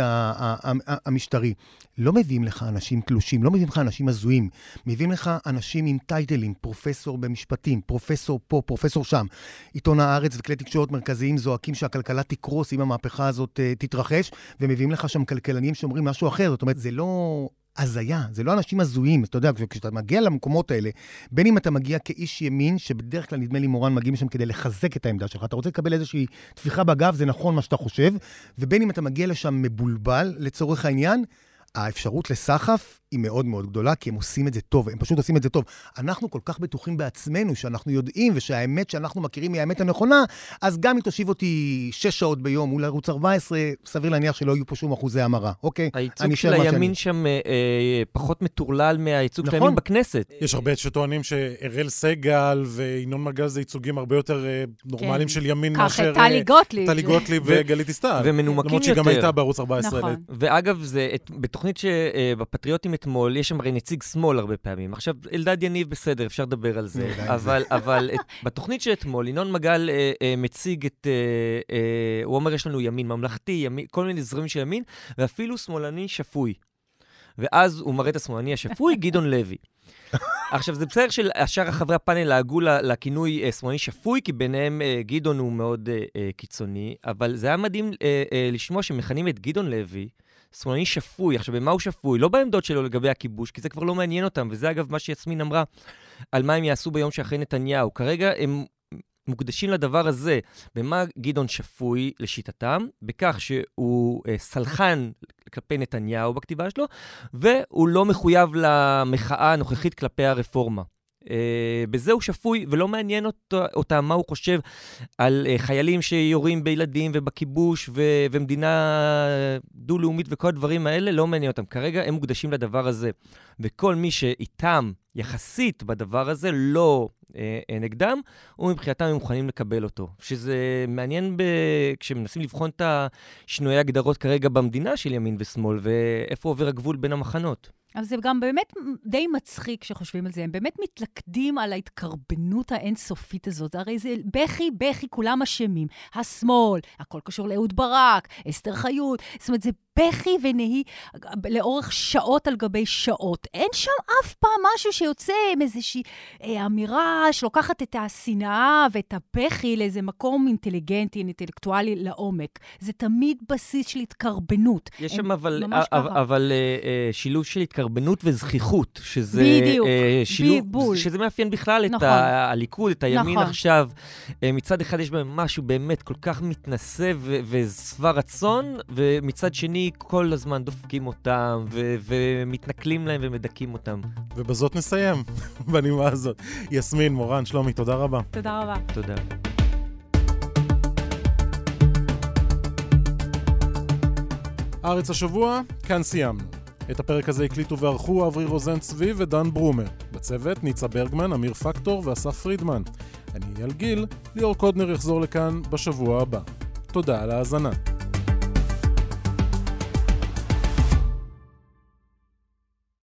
המשטרי. לא מביאים לך אנשים תלושים, לא מביאים לך אנשים הזויים, מביאים לך אנשים עם טייטלים, פרופסור במשפטים, פרופסור פה, פרופסור שם. עיתון הארץ וכלי תקשורת מרכזיים זועקים שהכלכלה תקרוס אם המהפכה הזאת תתרחש, ומביאים לך שם כלכלנים שאומרים משהו אחר. זאת אומרת, זה לא הזיה, זה לא אנשים הזויים. אתה יודע, כשאתה מגיע למקומות האלה, בין אם אתה מגיע כאיש ימין, שבדרך כלל נדמה לי מורן מגיעים שם כדי לחזק את העמדה שלך, אתה רוצה לקבל איזושהי תפיחה בגב, זה נכון מה שאתה חושב, ובין אם אתה מגיע לשם מבולבל לצורך העניין, האפשרות לסחף היא מאוד מאוד גדולה, כי הם עושים את זה טוב, הם פשוט עושים את זה טוב. אנחנו כל כך בטוחים בעצמנו, שאנחנו יודעים, ושהאמת שאנחנו מכירים היא האמת הנכונה, אז גם אם תושיב אותי 6 שעות ביום מול ערוץ 14, סביר להניח שלא יהיו פה שום אחוזי המרה, אוקיי? הייצוג של הימין שם פחות מטורלל מהייצוג של הימין בכנסת. יש הרבה שטוענים שאראל סגל וינון מגל זה ייצוגים הרבה יותר נורמליים של ימין מאשר טלי גוטליב וגלית דיסטל. ומנומקים יותר. למרות שהיא גם הייתה בערוץ 14. נכון. ואגב, בתוכנית שבפטריוטים אתמול, יש שם הרי נציג שמאל הרבה פעמים. עכשיו, אלדד יניב בסדר, אפשר לדבר על זה. אבל בתוכנית של אתמול, ינון מגל מציג את, הוא אומר, יש לנו ימין ממלכתי, כל מיני זרמים של ימין, ואפילו שמאלני שפוי. ואז הוא מראה את השמאלני השפוי, גדעון לוי. עכשיו, זה בסדר שהשאר חברי הפאנל להגו לכינוי שמאלני שפוי, כי ביניהם גדעון הוא מאוד קיצוני, אבל זה היה מדהים לשמוע שמכנים את גדעון לוי, שמאלני שפוי. עכשיו, במה הוא שפוי? לא בעמדות שלו לגבי הכיבוש, כי זה כבר לא מעניין אותם, וזה אגב מה שיסמין אמרה על מה הם יעשו ביום שאחרי נתניהו. כרגע הם מוקדשים לדבר הזה. במה גדעון שפוי לשיטתם? בכך שהוא סלחן כלפי נתניהו בכתיבה שלו, והוא לא מחויב למחאה הנוכחית כלפי הרפורמה. בזה הוא שפוי, ולא מעניין אותה מה הוא חושב על חיילים שיורים בילדים ובכיבוש ומדינה דו-לאומית וכל הדברים האלה, לא מעניין אותם. כרגע הם מוקדשים לדבר הזה. וכל מי שאיתם יחסית בדבר הזה לא נגדם, ומבחינתם הם מוכנים לקבל אותו. שזה מעניין כשמנסים לבחון את השינויי הגדרות כרגע במדינה של ימין ושמאל, ואיפה עובר הגבול בין המחנות. אבל זה גם באמת די מצחיק כשחושבים על זה. הם באמת מתלכדים על ההתקרבנות האינסופית הזאת. הרי זה בכי, כולם אשמים. השמאל, הכל קשור לאהוד ברק, אסתר חיות. זאת אומרת, זה בכי ונהי לאורך שעות על גבי שעות. אין שם אף פעם משהו שיוצא עם איזושהי אמירה שלוקחת את השנאה ואת הבכי לאיזה מקום אינטליגנטי, אינטלקטואלי לעומק. זה תמיד בסיס של התקרבנות. יש שם אבל שילוב של התקרבנות וזכיחות, שזה בדיוק, שזה מאפיין בכלל את הליכוד, את הימין עכשיו. מצד אחד יש בהם משהו באמת כל כך מתנשא ושבע רצון, ומצד שני כל הזמן דופקים אותם ומתנכלים להם ומדכים אותם. ובזאת נסיים, בנימה הזאת. יסמין, מורן, שלומי, תודה רבה. תודה רבה. תודה. הארץ השבוע, כאן סיימנו. את הפרק הזה הקליטו וערכו אברי רוזן צבי ודן ברומר. בצוות ניצה ברגמן, אמיר פקטור ואסף פרידמן. אני אייל גיל, ליאור קודנר יחזור לכאן בשבוע הבא. תודה על ההאזנה.